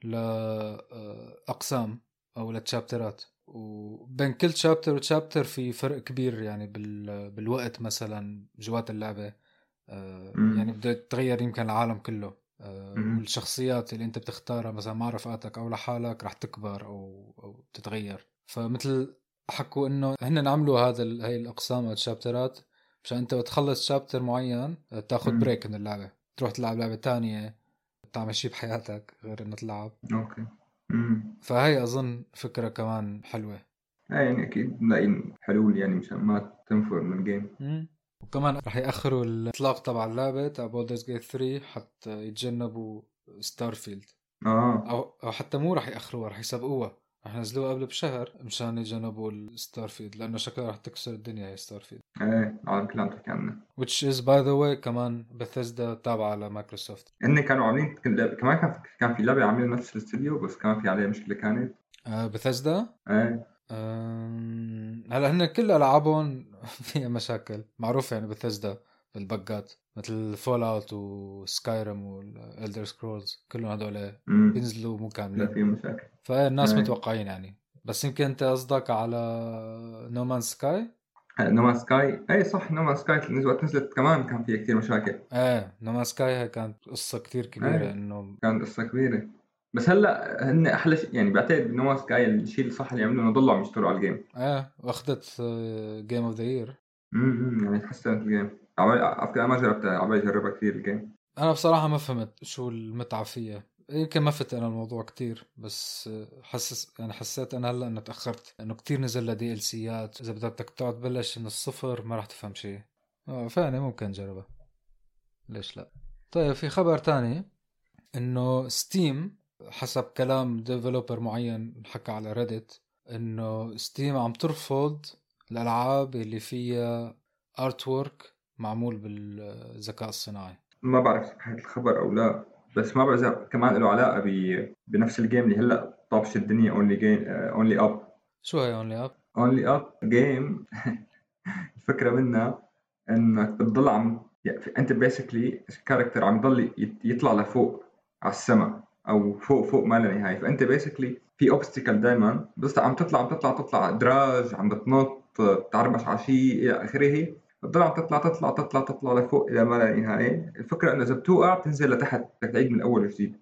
S2: لأقسام أو لتشابترات وبين كل شابتر وشابتر في فرق كبير يعني بال... بالوقت مثلا جوات اللعبة. يعني بده يتغير يمكن العالم كله والشخصيات اللي انت بتختارها مثلا مع رفقاتك او لحالك رح تكبر او او تتغير. فمثل حكوا انه هن عملوا هذا هاي الاقسام او الشابترات مشان انت بتخلص شابتر معين تاخذ بريك من اللعبه تروح تلعب لعبه تانية تعمل شيء بحياتك غير انه تلعب.
S1: اوكي.
S2: فهي اظن فكره كمان حلوه.
S1: يعني اكيد ملاقيين حلول يعني مشان ما تنفر من الجيم.
S2: وكمان رح يأخروا الإطلاق تبع اللعبة تبع بولدرز جيت ثري حتى يتجنبوا ستارفيلد
S1: اه
S2: او او حتى مو راح ياخروها، راح يسبقوها، راح ينزلوها قبل بشهر مشان يتجنبوا الستارفيلد، لانه شكلها راح تكسر الدنيا هي ستارفيلد.
S1: ايه العالم كلها عم تحكي عنه.
S2: which is by the way كمان بثيسدا تابعة لمايكروسوفت.
S1: هن كانوا عاملين كان- كمان كان كان في لعبه عاملين نفس الاستوديو، بس كمان في عليها مشكله كانت.
S2: آه بثيسدا.
S1: ايه
S2: أم... هلا هن كل العابهم فيها مشاكل معروفة يعني. بثيسدا بالبقات مثل فول اوت وسكايرم والالدر سكرولز كلهم هدول
S1: امم
S2: بينزلوا مو
S1: لا
S2: كاملين،
S1: في مشاكل.
S2: فالناس
S1: ايه
S2: متوقعين يعني. بس يمكن انت قصدك على نومان سكاي.
S1: نومان سكاي، اي صح، نومان سكاي نزلت نزلت كمان كان فيها كثير مشاكل.
S2: ايه نومان سكاي هي كانت قصة كتير كبيرة
S1: ايه
S2: انه.
S1: كانت قصة كبيرة. بس هلا هن احلى شيء يعني بعتقد بنومان سكاي الشيء الصح اللي عملوه انه ضلوا عم يشتغلوا على الجيم.
S2: ايه واخدت جيم اوف ذا يير.
S1: امم يعني تحسنت الجيم. عمال على فكرة أنا ما جربتها، عمال اجربها كثير الجيم.
S2: انا بصراحة ما فهمت شو المتعة فيها، يمكن ما فت انا الموضوع كتير، بس حسس يعني حسيت انا هلا انه تاخرت، انه كتير نزل له دي ال سيات، اذا بدك تقعد تبلش من الصفر ما راح تفهم شيء. اه فاني ممكن جربها، ليش لا. طيب في خبر تاني، انه ستيم حسب كلام ديفلوبر معين حكى على ريدت، انه ستيم عم ترفض الالعاب اللي فيها ارت وورك معمول بالذكاء الصناعي.
S1: ما بعرف صحة الخبر او لا، بس ما بعرف إذا كمان له علاقة ب... بنفس الجيم اللي هلا طابش الدنيا، اونلي جيم اونلي اب.
S2: شو هي اونلي اب؟
S1: اونلي اب جيم. الفكرة منها انك بتضل عم يعني في- انت بيسكلي كاركتر عم يضل يت- يطلع لفوق على السماء، او فوق فوق ما لا نهايه. فانت بيسكلي في اوبستيكل دائما، بس عم تطلع عم تطلع تطلع دراج، عم بتنط بتعربش على شيء الى اخره. بتضل عم تطلع تطلع تطلع تطلع لفوق الى ما لا نهايه. الفكره انه اذا بتوقع بتنزل لتحت، بدك تعيد من اول وجديد.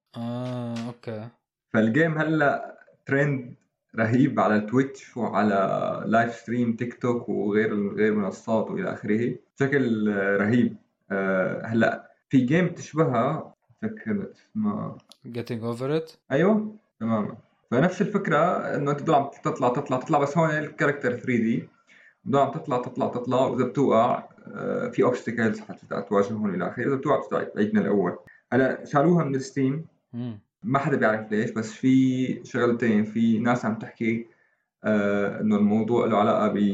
S2: اه اوكي.
S1: فالجيم هلا ترند رهيب على تويتش وعلى لايف ستريم تيك توك وغير غير منصات والى اخره بشكل آه، رهيب. آه، هلا في جيم تشبهها، فكر اسمها.
S2: getting over it.
S1: ايوه تماما. فنفس الفكره انه انت بتضل عم تطلع تطلع تطلع، بس هون الكاركتر ثري دي بتضل عم تطلع تطلع تطلع، واذا بتوقع آه، في اوبستكلز حتواجههم الى اخره. اذا بتوقع بتعيد من الاول. هلا شالوها من ستيم،
S2: امم
S1: ما حدا بيعرف ليش، بس في شغلتين. في ناس عم تحكي آه انه الموضوع له علاقه ب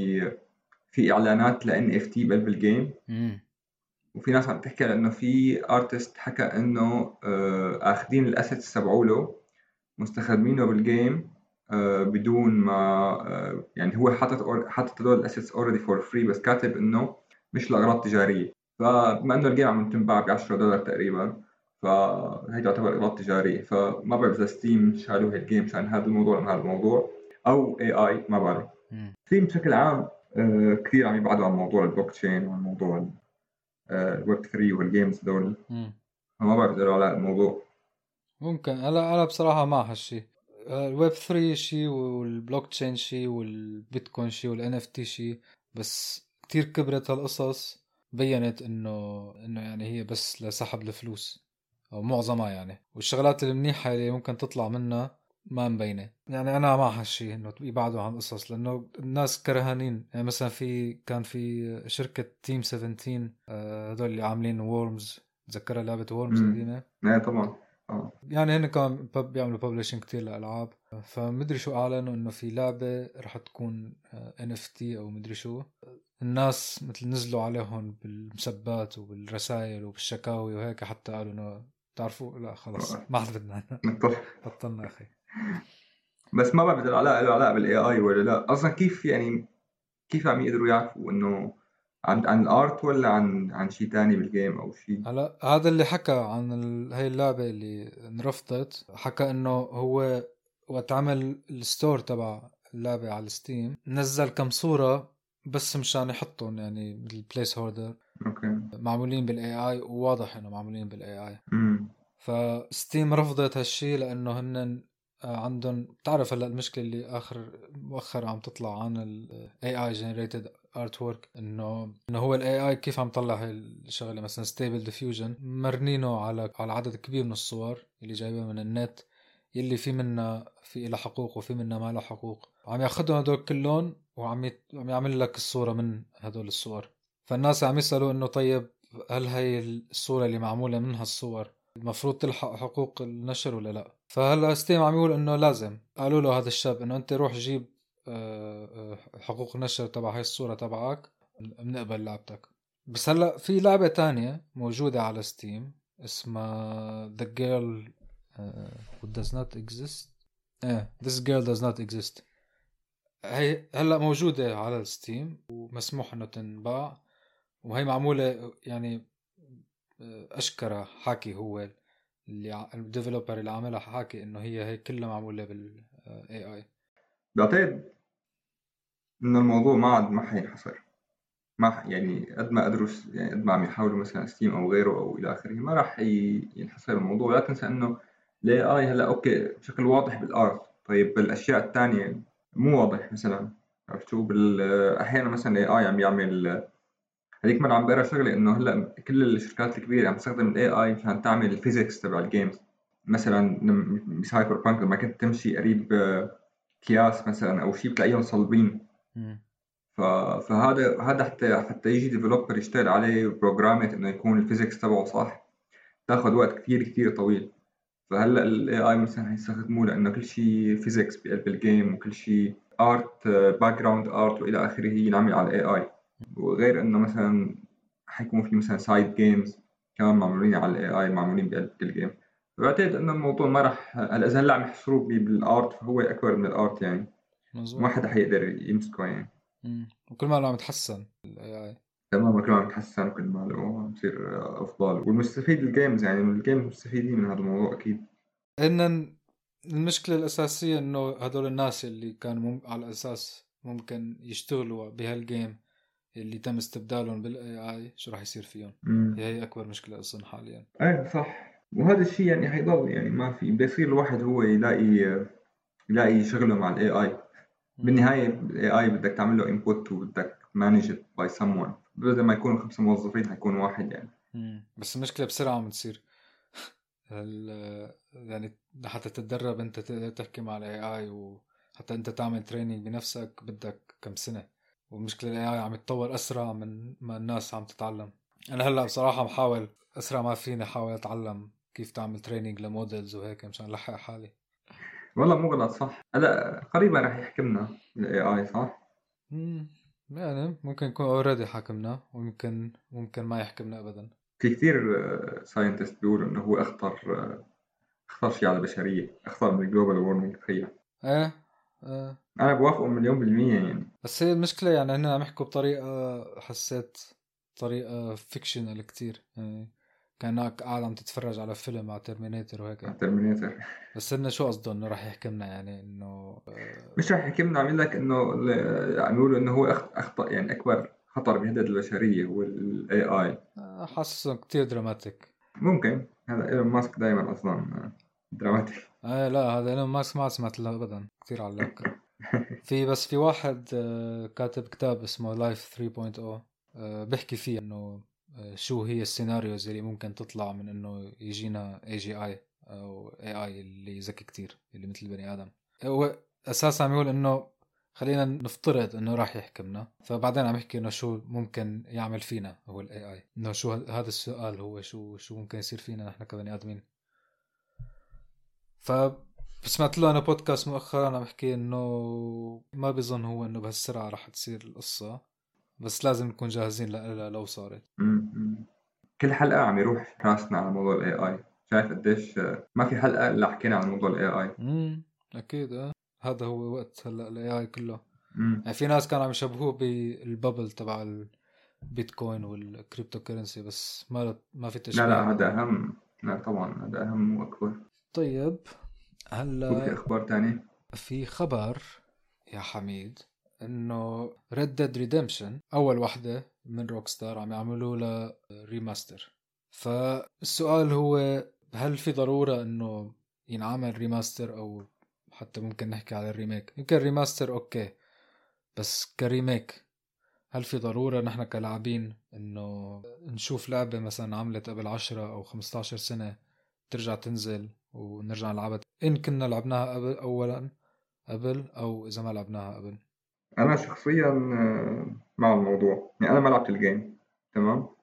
S1: في اعلانات ل إن إف تي بقلب الجيم.
S2: امم
S1: وفي ناس عم تحكي انه في ارتست حكى انه آه اخذين الاسيتس تبعوله مستخدمينه بالجيم آه بدون ما آه يعني هو حاطط أور- حاطط هدول الاسيتس اوريدي فور فري، بس كاتب انه مش لاغراض تجاريه. فبما انه الجيم عم تنباع ب عشرة دولار تقريبا، فهي تعتبر اغراض تجاريه. فما بعرف اذا ستيم شالوا الجيم عشان هذا الموضوع من هذا الموضوع، او اي اي، ما بعرف.
S2: امم
S1: ستيم بشكل عام آه كثير عم يبعدوا عن موضوع البلوك تشين وعن موضوع الويب ثري والجيمز دول.
S2: امم
S1: فما بعرف اذا له علاقه الموضوع.
S2: ممكن. انا انا بصراحه مع هالشي. الويب ثري شي والبلوك تشين شي والبيتكوين شي والان اف تي شي، بس كتير كبرت هالقصص، بينت انه انه يعني هي بس لسحب الفلوس او معظمها يعني، والشغلات المنيحه اللي ممكن تطلع منها ما مبينه. يعني انا مع هالشي انه يبعدوا عن القصص، لانه الناس كرهانين. يعني مثلا في كان في شركه تيم سفنتين، آه، هذول اللي عاملين وورمز، تذكرها لعبه وورمز
S1: امم
S2: القديمه.
S1: ايه طبعا. اه
S2: يعني هن كمان بب- بيعملوا ببلشنج كتير لألعاب، فمدري شو أعلنوا إنه في لعبة رح تكون إن إف تي أو مدري شو. الناس مثل نزلوا عليهم بالمسبات وبالرسائل وبالشكاوي وهيك، حتى قالوا إنه تعرفوا لا خلص ما عاد بدنا
S1: نطلع.
S2: بطلنا أخي.
S1: بس ما بعرف اذا له علاقه له علاقه بالاي اي ولا لا اصلا. كيف يعني كيف عم يقدروا يعرفوا انه عن عن الارت ولا عن عن شيء تاني بالجيم او شيء؟
S2: هلا هذا اللي حكى عن ال... هاي اللعبة اللي انرفضت، حكى إنه هو وقت عمل الستور تبع اللعبة على الستيم نزل كم صورة بس مشان يحطهم يعني بالبليس هوردر،
S1: اوكي.
S2: معمولين بالاي اي، وواضح انه معمولين بالاي اي.
S1: امم
S2: فستيم رفضت هالشي لانه هن عندهم، بتعرف هلا المشكله اللي اخر مؤخرا عم تطلع عن الاي اي جنريتد ارت وورك، انه انه هو الاي اي كيف عم طلع هاي الشغله. مثلا ستيبل ديفيوجن مرنينه على على عدد كبير من الصور اللي جايبها من النت، يلي في منا في لها حقوق وفي منا ما لها حقوق، عم ياخذهم هدول كلهم وعم يت... عم يعمل لك الصوره من هدول الصور. فالناس عم يسالوا انه طيب هل هي الصوره اللي معموله من هالصور المفروض تلحق حقوق النشر ولا لا. فهلا ستيم عم يقول انه لازم، قالوا له هذا الشاب انه انت روح جيب حقوق النشر تبع هاي الصورة تبعك بنقبل لعبتك. بس هلا في لعبة تانية موجودة على ستيم اسمها The Girl uh, Who Does Not Exist. ايه This Girl Does Not Exist. هي هلا موجودة على الستيم ومسموح انه تنباع، وهي معمولة يعني اشكرا حاكي هو اللي الديفلوبر اللي عاملها حاكي انه هي هي كلها معمولة بالاي اي.
S1: بعتقد انه الموضوع ما عاد ما حينحصر، ما ح- يعني قد ما ادرس يعني قد ما عم يحاولوا مثلا ستيم او غيره او الى اخره ما راح ي- ينحصر الموضوع. لا تنسى انه الاي اي هلا اوكي بشكل واضح بالارت، طيب بالاشياء الثانيه مو واضح. مثلا عرفت شو بال احيانا مثلا الاي اي عم يعمل، هذيك مرة عم بقرا شغله انه هلا كل الشركات الكبيره عم تستخدم الاي اي مشان تعمل الفيزيكس تبع الجيمز. مثلا لما- بسايبر بانك لما كنت تمشي قريب آه، اكياس مثلا او شيء بتلاقيهم صلبين.
S2: مم.
S1: ف... فهذا هذا حتى حتى يجي ديفلوبر يشتغل عليه بروجرامات انه يكون الفيزيكس تبعه صح، تاخذ وقت كثير كثير طويل. فهلا الاي اي مثلا حيستخدموه لانه كل شيء فيزيكس بقلب الجيم وكل شيء ارت، باك جراوند ارت والى اخره ينعمل على الاي اي. وغير انه مثلا حيكون في مثلا سايد جيمز كمان معمولين على الاي اي معمولين بقلب الجيم. فبعتقد انه الموضوع ما راح هلا اذا هلا عم يحصروه بالارت فهو اكبر من الارت يعني، ما
S2: مزبوط.
S1: حدا حيقدر يمسكه يعني.
S2: مم. وكل ما عم يتحسن الاي اي.
S1: تمام كل ما عم يتحسن كل ما له عم يصير افضل، والمستفيد الجيمز يعني الجيمز مستفيدين من هذا الموضوع اكيد.
S2: ان المشكلة الأساسية إنه هدول الناس اللي كانوا مم... على أساس ممكن يشتغلوا بهالجيم اللي تم استبدالهم بالاي اي، شو راح يصير فيهم؟
S1: امم
S2: هي هي أكبر مشكلة أصلا حاليا.
S1: ايه صح. وهذا الشيء يعني حيضل يعني ما في بيصير الواحد هو يلاقي يلاقي شغله مع الاي اي.
S2: مم.
S1: بالنهايه الاي اي بدك تعمل له انبوت وبدك مانج باي someone، بدل ما يكونوا خمسه موظفين حيكون واحد يعني.
S2: مم. بس المشكلة بسرعة عم تصير. هال... يعني حتى تتدرب أنت تقدر تحكي مع الاي اي، وحتى أنت تعمل تريننج بنفسك بدك كم سنة. والمشكلة الاي اي عم يتطور أسرع من ما الناس عم تتعلم. أنا هلأ بصراحة محاول أسرع ما فيني أحاول أتعلم كيف تعمل تريننج لمودلز وهيك مشان لحق حالي.
S1: والله مو غلط صح. هلا قريبا راح يحكمنا الاي اي صح.
S2: مم. يعني ممكن يكون اوريدي حاكمنا، وممكن ممكن ما يحكمنا ابدا.
S1: في كثير ساينتست بيقولوا انه هو اخطر آه، اخطر شيء على البشريه، اخطر من الجلوبال وورمينج تخيل.
S2: ايه. ايه.
S1: انا بوافقه مليون بالميه يعني.
S2: بس هي المشكلة يعني هنا عم يحكوا بطريقة حسيت طريقة فيكشنال كتير، يعني كأنك قاعد عم تتفرج على فيلم على ترمينيتر وهيك.
S1: الترمينيتر.
S2: بس إنه شو قصده إنه راح يحكمنا، يعني إنه آه،
S1: مش راح يحكمنا، عم يقول لك انه ال- عم يقولوا انه هو أخ- اخطر يعني اكبر خطر بيهدد البشريه هو الاي اي.
S2: حاسه كتير دراماتيك.
S1: ممكن هذا ايلون ماسك دائما اصلا دراماتيك.
S2: ايه لا، هذا انا ما ما سمعت له ابدا، كثير علاق. في بس في واحد آه، كاتب كتاب اسمه لايف ثري بوينت او، آه، بيحكي فيه انه آه، شو هي السيناريوز اللي ممكن تطلع من انه يجينا اي جي اي او اي اي اللي ذكي كتير اللي مثل البني ادم. هو اساسا عم يقول انه خلينا نفترض انه راح يحكمنا، فبعدين عم يحكي انه شو ممكن يعمل فينا هو الاي اي، انه شو ه- هذا السؤال هو شو شو ممكن يصير فينا نحن كبني ادمين. ف سمعت له انا بودكاست مؤخرا عم بحكي انه ما بيظن هو انه بهالسرعه رح تصير القصه، بس لازم نكون جاهزين لها لو صارت.
S1: م-م. كل حلقه عم يروح راسنا على موضوع الاي اي. شايف قديش ما في حلقه الا حكينا عن موضوع الاي اي.
S2: امم اكيد. اه هذا هو وقت هلا الاي اي كله. يعني في ناس كانوا عم يشبهوه بالببل تبع البيتكوين والكريبتو كرنسي، بس ما ما في
S1: لا
S2: تشبيه
S1: لا
S2: هذا.
S1: هذا اهم. لا طبعا هذا اهم واكبر.
S2: طيب
S1: وفي
S2: هلا
S1: اخبار تانية.
S2: في خبر يا حميد انه Red Dead Redemption اول واحدة من روكستار عم يعملوا لها ريماستر. فالسؤال هو هل في ضرورة انه ينعمل ريماستر، او حتى ممكن نحكي على الريميك. يمكن ريماستر اوكي، بس كريميك هل في ضرورة نحن كلاعبين انه نشوف لعبة مثلا عملت قبل عشرة او خمسة عشر سنة ترجع تنزل ونرجع نلعبها ان كنا لعبناها قبل اولا قبل، او اذا ما لعبناها قبل؟
S1: انا شخصيا آه، مع الموضوع يعني انا ما لعبت الجيم تمام.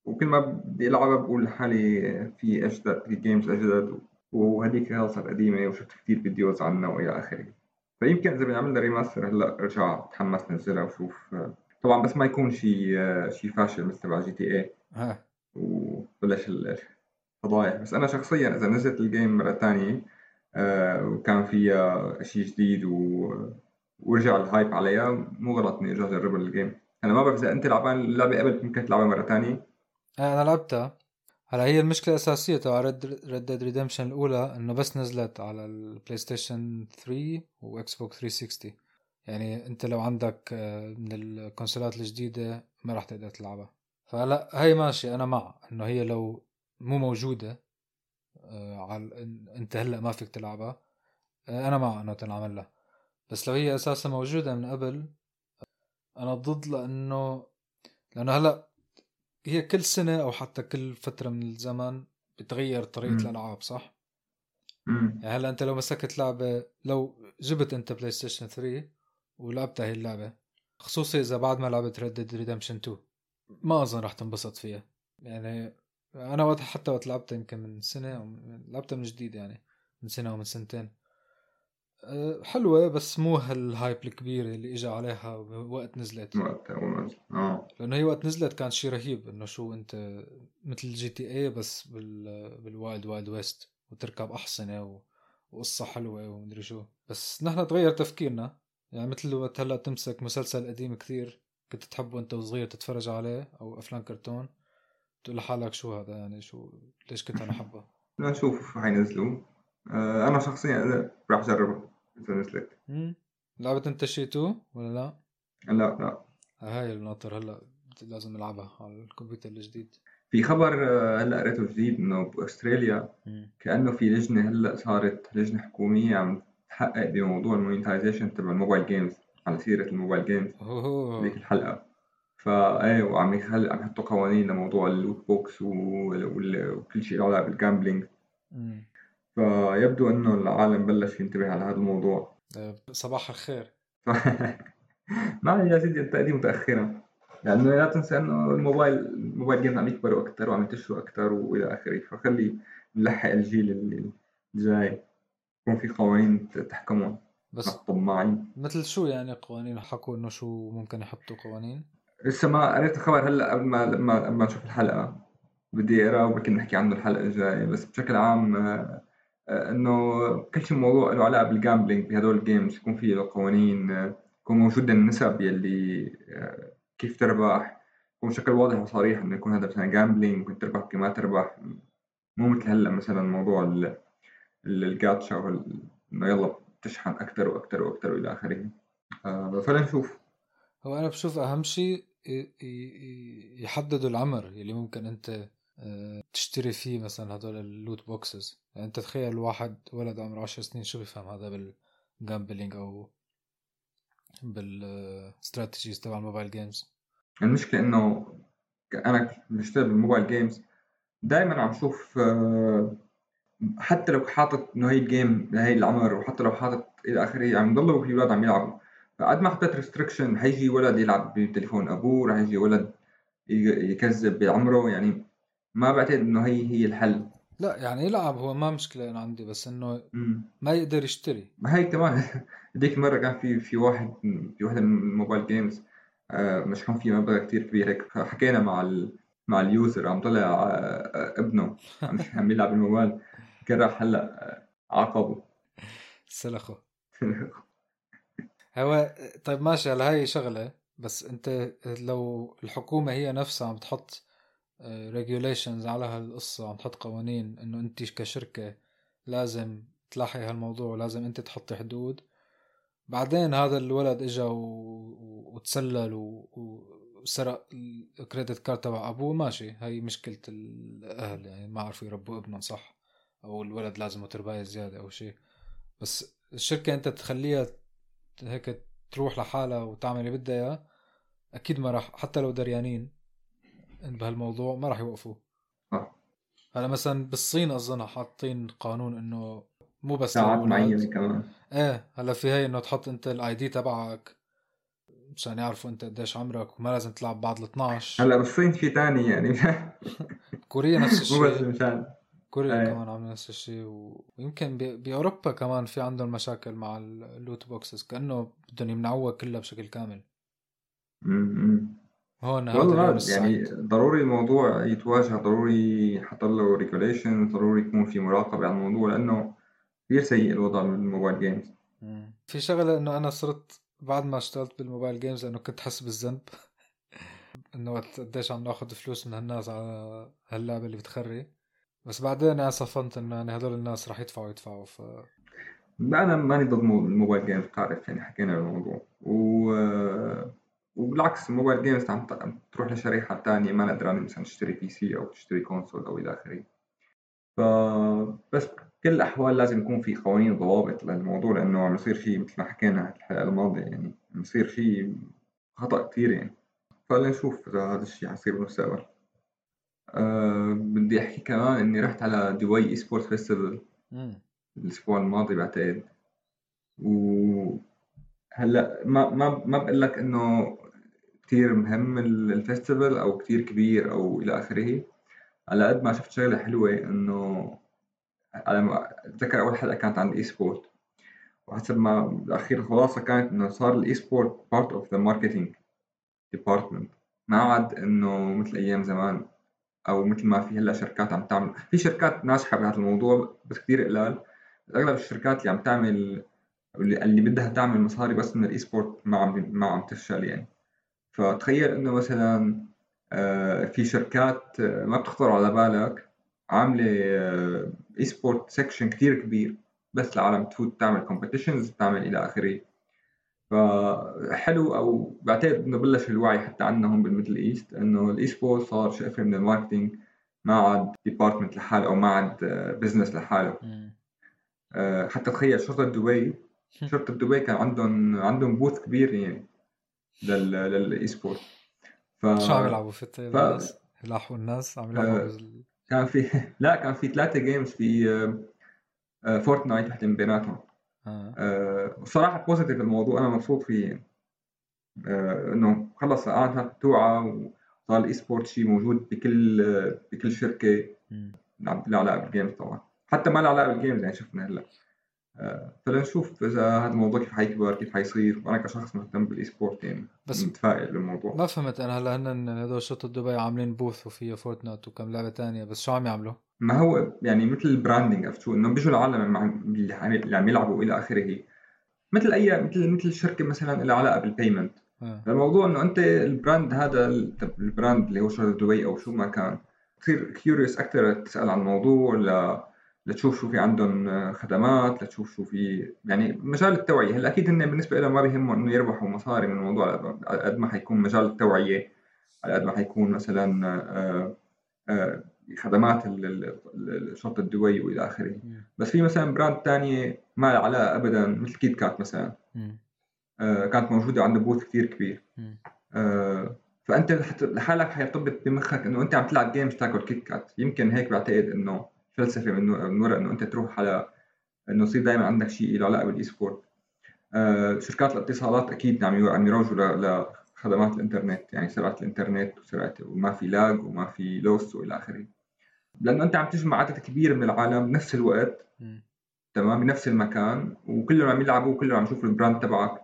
S1: وكل ما بدي ألعبها بقول لحالي في أجدد، في جيمز أجدد، وهذيك خلص قديمة وشفت كتير فيديوز عنها وإلى آخره. فيمكن إذا بنعمل لها ريماستر هلا ارجع اتحمس نزلها وشوف. طبعا بس ما يكون شيء شيء فاشل مثل تبع جي تي اي
S2: ها
S1: وبلش الفضايح. بس انا شخصيا اذا نزلت الجيم مره ثانيه آه وكان فيها شيء جديد و... ورجع الهايب عليها، مو غلط اني ارجع اجرب الجيم. انا ما بعرف اذا انت لعبان اللعبه قبل ممكن تلعبها مره ثانيه.
S2: انا لعبتها. هلا هي المشكله الاساسيه تبع ريد ديد ريدمشن الاولى انه بس نزلت على البلاي ستيشن ثري واكس بوكس ثري سيكستي، يعني انت لو عندك آه، من الكونسولات الجديده ما راح تقدر تلعبها. فلا هي ماشي، انا مع انه هي لو مو موجوده آه، على إن- انت هلا ما فيك تلعبها، آه، انا مع انه تنعمل لها. بس لو هي اساسا موجوده من قبل انا ضد، لانه لانه هلا هي كل سنه او حتى كل فتره من الزمن بتغير طريقه
S1: امم
S2: الالعاب، صح؟
S1: امم
S2: يعني هلا انت لو مسكت لعبه، لو جبت انت بلاي ستيشن ثري ولعبتها هي اللعبه، خصوصي اذا بعد ما لعبت ريد ديد ريدمشن تو، ما اظن راح تنبسط فيها. يعني انا وقت حتى وقت لعبتها يمكن من سنه او من- لعبتها من جديد، يعني من سنه او من سنتين. أه، حلوه بس مو هالهايب الكبير اللي اجى عليها وقت نزلت.
S1: وقت اول ما نزل. اه
S2: لانه هي وقت نزلت كان شيء رهيب، انه شو انت مثل جي تي اي بس بال بالوايلد وايلد ويست، وتركب احصنه و... وقصه حلوه ومدري شو. بس نحن تغير تفكيرنا، يعني مثل وقت هلا تمسك مسلسل قديم كثير كنت تحبه انت وصغير تتفرج عليه، او افلام كرتون، تقول لحالك شو هذا، يعني شو ليش كنت انا احبه.
S1: لا نشوف حينزلوا. آه انا شخصيا إذا راح اجربها اذا نزلت.
S2: امم لعبت انت شي تو ولا لا؟
S1: لا لا.
S2: هاي الناطر هلا لازم نلعبها على الكمبيوتر الجديد.
S1: في خبر آه، هلا قريته جديد انه باستراليا
S2: امم
S1: كأنه في لجنة هلأ صارت لجنة حكومية عم تحقق بموضوع المونيتايزيشن تبع الموبايل جيمز، على سيرة الموبايل جيمز هذيك
S2: اوه.
S1: الحلقة. فايه وعم يخل عم يحطوا قوانين لموضوع اللوت بوكس وال- وال- وكل شيء له علاقة بالجامبلينج.
S2: امم
S1: فيبدو انه العالم بلش ينتبه على هذا الموضوع.
S2: صباح الخير.
S1: ف... ما يا سيدي انت قديم متأخرا، لأنه لا تنسى إنه الموبايل الموبايل جيمز عم يكبروا أكثر وعم ينتشروا أكثر وإلى آخره. فخلي نلحق الجيل اللي- الجاي يكون في قوانين تحكمهم على
S2: بس
S1: الطماعين.
S2: مثل شو يعني قوانين؟ حكوا انه شو ممكن يحطوا قوانين؟
S1: لسه ما قريت الخبر هلا قبل ما لما لما نشوف الحلقة. بدي أقرأ ويمكن نحكي عنه الحلقة الجاية. بس بشكل عام آه، آه، إنه كل شيء موضوع له علاقة بالجامبلينج بهدول الجيمز يكون في له قوانين، آه، يكون موجود النسب يلي آه، كيف تربح، يكون بشكل واضح وصريح إنه يكون هذا مثلا جامبلينج ممكن تربح ممكن ما تربح. مو مثل هلا مثلا موضوع ال- ال- الجاتشا وال- إنه يلا تشحن أكثر وأكثر وأكثر وإلى آخره. آه، فلنشوف.
S2: هو انا بشوف اهم شيء ي- ي- يحددوا العمر اللي ممكن انت آه، تشتري فيه مثلا هدول اللوت بوكسز. يعني انت تخيل واحد ولد عمره عشر سنين شو بيفهم هذا بالجامبلينج او بالاستراتيجيز تبع الموبايل جيمز.
S1: المشكلة إنه أنا بشتغل بالموبايل جيمز دائما عم شوف آه، حتى لو حاطط إنه هي الجيم لهي العمر وحتى لو حاطط إلى آخره عم يضلوا في أولاد عم يلعبوا. فقد ما حطيت ريستريكشن حيجي ولد يلعب بتليفون أبوه، راح يجي ولد ي- يكذب بعمره. يعني ما بعتقد إنه هي هي الحل.
S2: لا يعني يلعب هو ما مشكلة انا عندي، بس انه
S1: امم
S2: ما يقدر يشتري.
S1: ما هي كمان هذيك المرة كان في في واحد في واحدة من الموبايل جيمز آه، مشحون فيه مبلغ كتير كبير. هيك حكينا مع ال مع اليوزر عم طلع آه، آه، ابنه عم عم يلعب الموبايل. كان راح هلا آه، عاقبه.
S2: سلخه. هو طيب ماشي، على هاي شغلة. بس انت لو الحكومة هي نفسها عم تحط ريجوليشنز على هالقصة، عم تحط قوانين انه انت كشركة لازم تلاحي هالموضوع ولازم انت تحطي حدود، بعدين هذا الولد اجا و... و... وتسلل و... وسرق الكريدت كارد تبع ابوه، ماشي، هاي مشكلة الاهل، يعني ما عرفوا يربوا ابنهم صح، او الولد لازم ترباية زيادة او شيء. بس الشركة انت تخليها هيك تروح لحالها وتعمل اللي بدها اياه، اكيد ما راح، حتى لو دريانين بهالموضوع ما راح يوقفوه.
S1: صح.
S2: هلا مثلا بالصين اظن حاطين قانون انه مو بس
S1: ساعات
S2: للاولاد.
S1: معينة كمان.
S2: ايه هلا في هي انه تحط انت الاي دي تبعك مشان يعرفوا انت قديش عمرك، وما لازم تلعب بعد ال اثناشر.
S1: هلا بالصين شيء ثاني يعني.
S2: كوريا نفس
S1: مو بس
S2: الشيء،
S1: مشان
S2: كوريا
S1: ايه.
S2: كمان عاملين نفس الشيء، ويمكن بي- بأوروبا كمان في عندهم مشاكل مع اللوت بوكسز، كأنه بدهم يمنعوها كلها بشكل كامل.
S1: م-م.
S2: هون هذا اليوم
S1: والله يعني
S2: السعيد.
S1: ضروري الموضوع يتواجه، ضروري يحط له ريجوليشن، ضروري يكون في مراقبة على الموضوع، لأنه كثير سيء الوضع بالموبايل جيمز.
S2: مم. في شغلة انه انا صرت بعد ما اشتغلت بالموبايل جيمز انه كنت حس بالذنب انه وقت قديش عم ناخذ فلوس من هالناس على هاللعبة اللي بتخري، بس بعدين انا صفنت انه يعني هدول الناس رح يدفعوا يدفعوا ف
S1: أنا ماني ضد مو- الموبايل جيمز، بتعرف يعني حكينا بالموضوع و... وبالعكس الموبايل جيمز عم ت- عم تروح لشريحة تانية ما قدرانة مثلا تشتري بي سي أو تشتري كونسول أو إلى آخره. فبس بكل الأحوال لازم يكون في قوانين وضوابط للموضوع، لأنه عم يصير شيء مثل ما حكينا الحلقة الماضية، يعني عم يصير شيء خطأ كتير يعني. فلنشوف إذا هذا الشيء حيصير بالمستقبل. أه بدي أحكي كمان إني رحت على دبي إي سبورت فيستيفال
S2: مم.
S1: الأسبوع الماضي بعتقد. وهلا ما ما ما بقول لك إنه كتير مهم ال- الفيستيفال أو كتير كبير أو إلى آخره، على قد ما شفت شغلة حلوة إنه على ما أتذكر أول حلقة كانت عن الإي سبورت، وحسب ما بالأخير الخلاصة كانت إنه صار الإي سبورت part of the marketing department، ما عاد إنه مثل أيام زمان أو مثل ما في هلا شركات عم تعمل. في شركات ناجحة بهذا الموضوع بس كتير قلال. أغلب الشركات اللي عم تعمل اللي, اللي بدها تعمل مصاري بس من الإي سبورت ما عم ما عم تفشل يعني. فتخيل إنه مثلا آه، في شركات آه، ما بتخطر على بالك عاملة إي سبورت سيكشن كتير كبير بس العالم تفوت تعمل كومبيتيشنز تعمل إلى آخره. فحلو، او بعتقد انه بلش الوعي حتى عندنا هون بالميدل ايست انه الاي سبورت صار شقفه من الماركتينج، ما عاد ديبارتمنت لحاله او ما عاد بزنس لحاله.
S2: مم.
S1: أه، حتى تخيل شرطه دبي، شرطه دبي كان عندهم عندهم بوث كبير يعني لل للاي سبورت. ف
S2: شو عم يلعبوا في
S1: ف
S2: الناس؟ يلاحقوا الناس عم يلعبوا
S1: أه،
S2: بال...
S1: كان في لا كان في ثلاثه جيمز في أه، فورتنايت وحده من بيناتهم.
S2: آه.
S1: أه، وصراحه بوزيتيف الموضوع، انا مبسوط فيه يعني. آه، انه خلص الان توعى وصار الاي سبورت شيء موجود بكل آه، بكل شركه.
S2: مم.
S1: له علاقه بالجيمز طبعا، حتى ما له علاقه بالجيمز يعني شفنا هلا. آه، فلنشوف اذا هذا الموضوع كيف حيكبر كيف حيصير، وانا كشخص مهتم بالاي سبورت يعني
S2: بس
S1: متفائل بالموضوع.
S2: ما فهمت انا هلا هن هدول شرطة دبي عاملين بوث وفيه فورتنايت وكم لعبة تانية، بس شو عم يعملوا؟
S1: ما هو يعني مثل البراندنج، عرفت شو، انه بيجوا العالم مع- اللي عم اللي عم يلعبوا الى اخره، مثل اي مثل مثل شركه مثلا لها علاقه بالبيمنت.
S2: آه.
S1: الموضوع انه انت البراند هذا ال- البراند اللي هو شرطة دبي او شو ما كان، تصير كيوريوس اكثر تسال عن الموضوع ل... لتشوف شو في عندهم خدمات، لتشوف شو في يعني مجال التوعيه. هلا اكيد هن بالنسبه لهم ما بيهمهم انه يربحوا مصاري من الموضوع، على قد ما حيكون مجال التوعيه، على قد ما حيكون مثلا آه، آه، خدمات ال- ال- ال- شرطة دبي والى اخره.
S2: مم.
S1: بس في مثلا براند تانية ما لها علاقه ابدا مثل كيت كات مثلا،
S2: مم.
S1: آه، كانت موجوده عند بوث كثير كبير.
S2: مم.
S1: آه، فانت حت- لحالك حيرتبط بمخك انه انت عم تلعب جيمز تاكل كيت كات. يمكن هيك بعتقد انه فلسفه من نوع- من وراء انه انت تروح على انه يصير دائما عندك شيء له علاقه بالاي سبورت. آه، شركات الاتصالات اكيد عم يو- عم يروجوا ل- لخدمات الانترنت، يعني سرعه الانترنت وسرعه وما في لاج وما في لوس والى اخره، لانه انت عم تجمع عدد كبير من العالم بنفس الوقت،
S2: مم.
S1: تمام، بنفس المكان، وكلهم عم يلعبوا وكلهم عم يشوفوا البراند تبعك.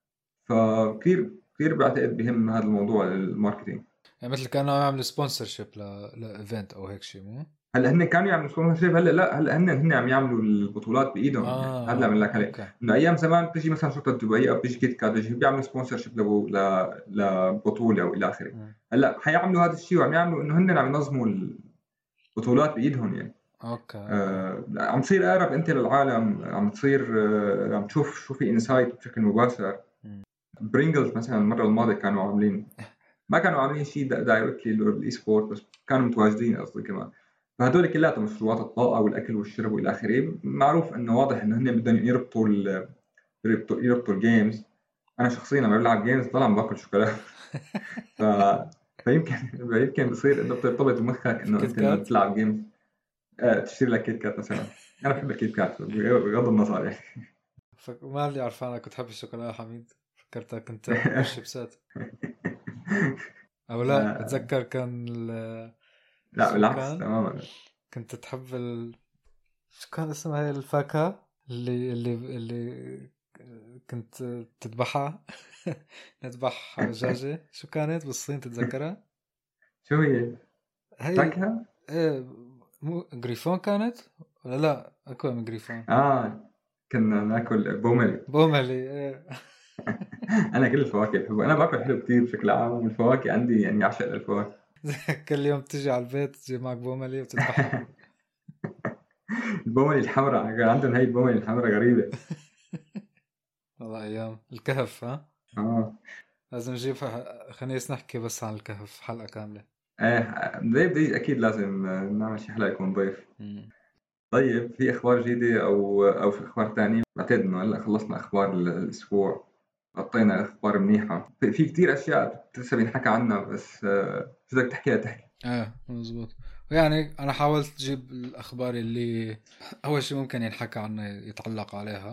S1: فكثير كثير بعتقد بهم هذا الموضوع الماركتينج.
S2: يعني مثل كانوا عم يعملوا سبونسر شيب ل لايفنت او هيك شيء، مو؟
S1: هلا هن كانوا يعملوا سبونسرشيب، هلا لا، هلا هن هن عم يعملوا البطولات بايدهم يعني. هلا من
S2: اه
S1: لك عليه
S2: اوكي.
S1: انه ايام زمان بتجي مثلا شرطه دبي او بتجي كيت كات بيجي بيعملوا سبونسرشيب لبو ل لبطوله والى اخره.
S2: مم.
S1: هلا حيعملوا هذا الشيء وعم يعملوا انه هن عم ينظموا البطولات بايدهم يعني.
S2: اوكي اوكي.
S1: آه عم تصير اقرب انت للعالم، عم تصير آه عم تشوف شو في انسايت بشكل مباشر.
S2: مم.
S1: برينجلز مثلا المره الماضيه كانوا عاملين، ما كانوا عاملين شيء دايركتلي للاي سبورت بس كانوا متواجدين قصدي كمان. فهدول كلياتهم مشروبات الطاقه والاكل والشرب والى اخره، معروف انه واضح انه هن بدهم يربطوا ال يربطوا, يربطوا الجيمز. انا شخصيا لما بلعب جيمز ضل عم باكل شوكولاته. ف فيمكن يمكن بصير انه بترتبط بمخك انه
S2: كيت
S1: انت لما
S2: كات.
S1: تلعب جيمز آه، تشتري لك كيت كات مثلا. انا بحب الكيت كات بغض النظر يعني.
S2: فما اللي عرفانك كنت تحب الشوكولاته حميد. فكرتها كنت تحب الشيبسات او لا. بتذكر كان ال...
S1: لا
S2: شو
S1: بالعكس
S2: كان؟
S1: تماما.
S2: كنت تحب ال... شو كان اسمها هاي الفاكهة اللي اللي اللي كنت تذبحها؟ نذبح دجاجة، شو كانت بالصين تتذكرها؟
S1: شو هي
S2: هي
S1: فاكهة؟
S2: ايه، مو جريفون كانت ولا لا؟ اكو من جريفون.
S1: اه كنا ناكل بومل.
S2: بوملي ايه.
S1: انا كل الفواكه بحبها، انا باكل حلو كتير بشكل عام، والفواكه عندي يعني اعشق الفواكه.
S2: كل يوم تجي على البيت تجي معك بوملي وتذبحها.
S1: البومل الحمراء كان عندهم هاي البومل الحمراء غريبة.
S2: والله ايام الكهف. ها
S1: اه
S2: لازم نجيب، خلينا نحكي بس عن الكهف حلقة كاملة.
S1: ايه بدي بدي اكيد لازم نعمل شي حلقة يكون ضيف.
S2: مم.
S1: طيب في اخبار جديدة او او في اخبار تانية؟ بعتقد انه هلا خلصنا اخبار الاسبوع، غطينا اخبار منيحة، في, في كتير اشياء لسه بينحكى عنها، بس آه، شو بدك تحكي تحكي.
S2: ايه مزبوط. يعني انا حاولت اجيب الاخبار اللي اول شيء ممكن ينحكى عنها يتعلق عليها،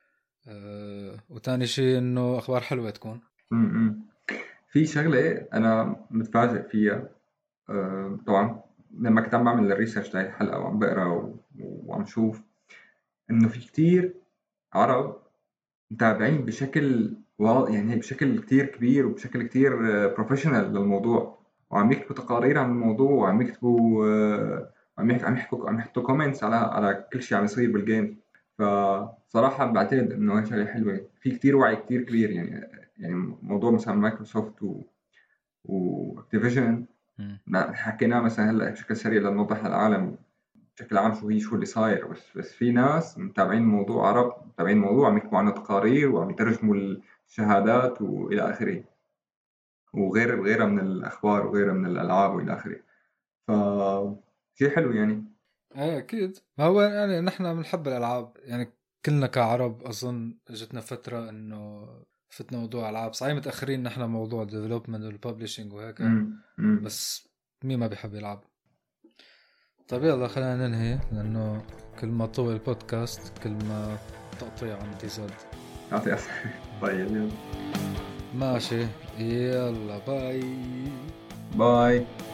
S2: أه وتاني شيء انه اخبار حلوة تكون.
S1: امم في شغلة انا متفاجئ فيها. آه، طبعا لما كنت عم بعمل الريسيرش لهي الحلقة وعم بقرا و- وعم شوف إنه في كتير عرب متابعين بشكل وا- يعني بشكل كتير كبير وبشكل كتير بروفيشنال للموضوع، وعم يكتبوا تقارير عن الموضوع، وعم يكتبوا آه، عم يحكوا عم يحكوا عم يحطوا كومنتس على على كل شيء عم يصير بالجيم. فصراحة بعتقد إنه هي شغلة حلوة، في كتير وعي كتير كبير يعني. يعني موضوع مثلا مايكروسوفت و واكتيفيجن
S2: مم.
S1: حكيناه مثلا هلا بشكل سريع لنوضح للعالم بشكل عام شو هي شو اللي صاير، بس بس في ناس متابعين الموضوع، عرب متابعين الموضوع، عم يكتبوا عنه تقارير وعم يترجموا الشهادات والى اخره، وغير غيرها من الاخبار وغيرها من الالعاب والى اخره. ف شيء حلو يعني.
S2: ايه اكيد. ما هو يعني نحن بنحب الالعاب يعني، كلنا كعرب اظن اجتنا فترة انه فتنا موضوع العاب، صحيح متاخرين نحن موضوع الديفلوبمنت والببلشنج وهيك،
S1: امم امم
S2: بس مين ما بيحب يلعب. طيب يلا خلينا ننهي، لانه كل ما طول البودكاست كل ما تقطيع عندي زاد.
S1: يعطي أسف. طيب يلا
S2: ماشي، يلا باي.
S1: باي.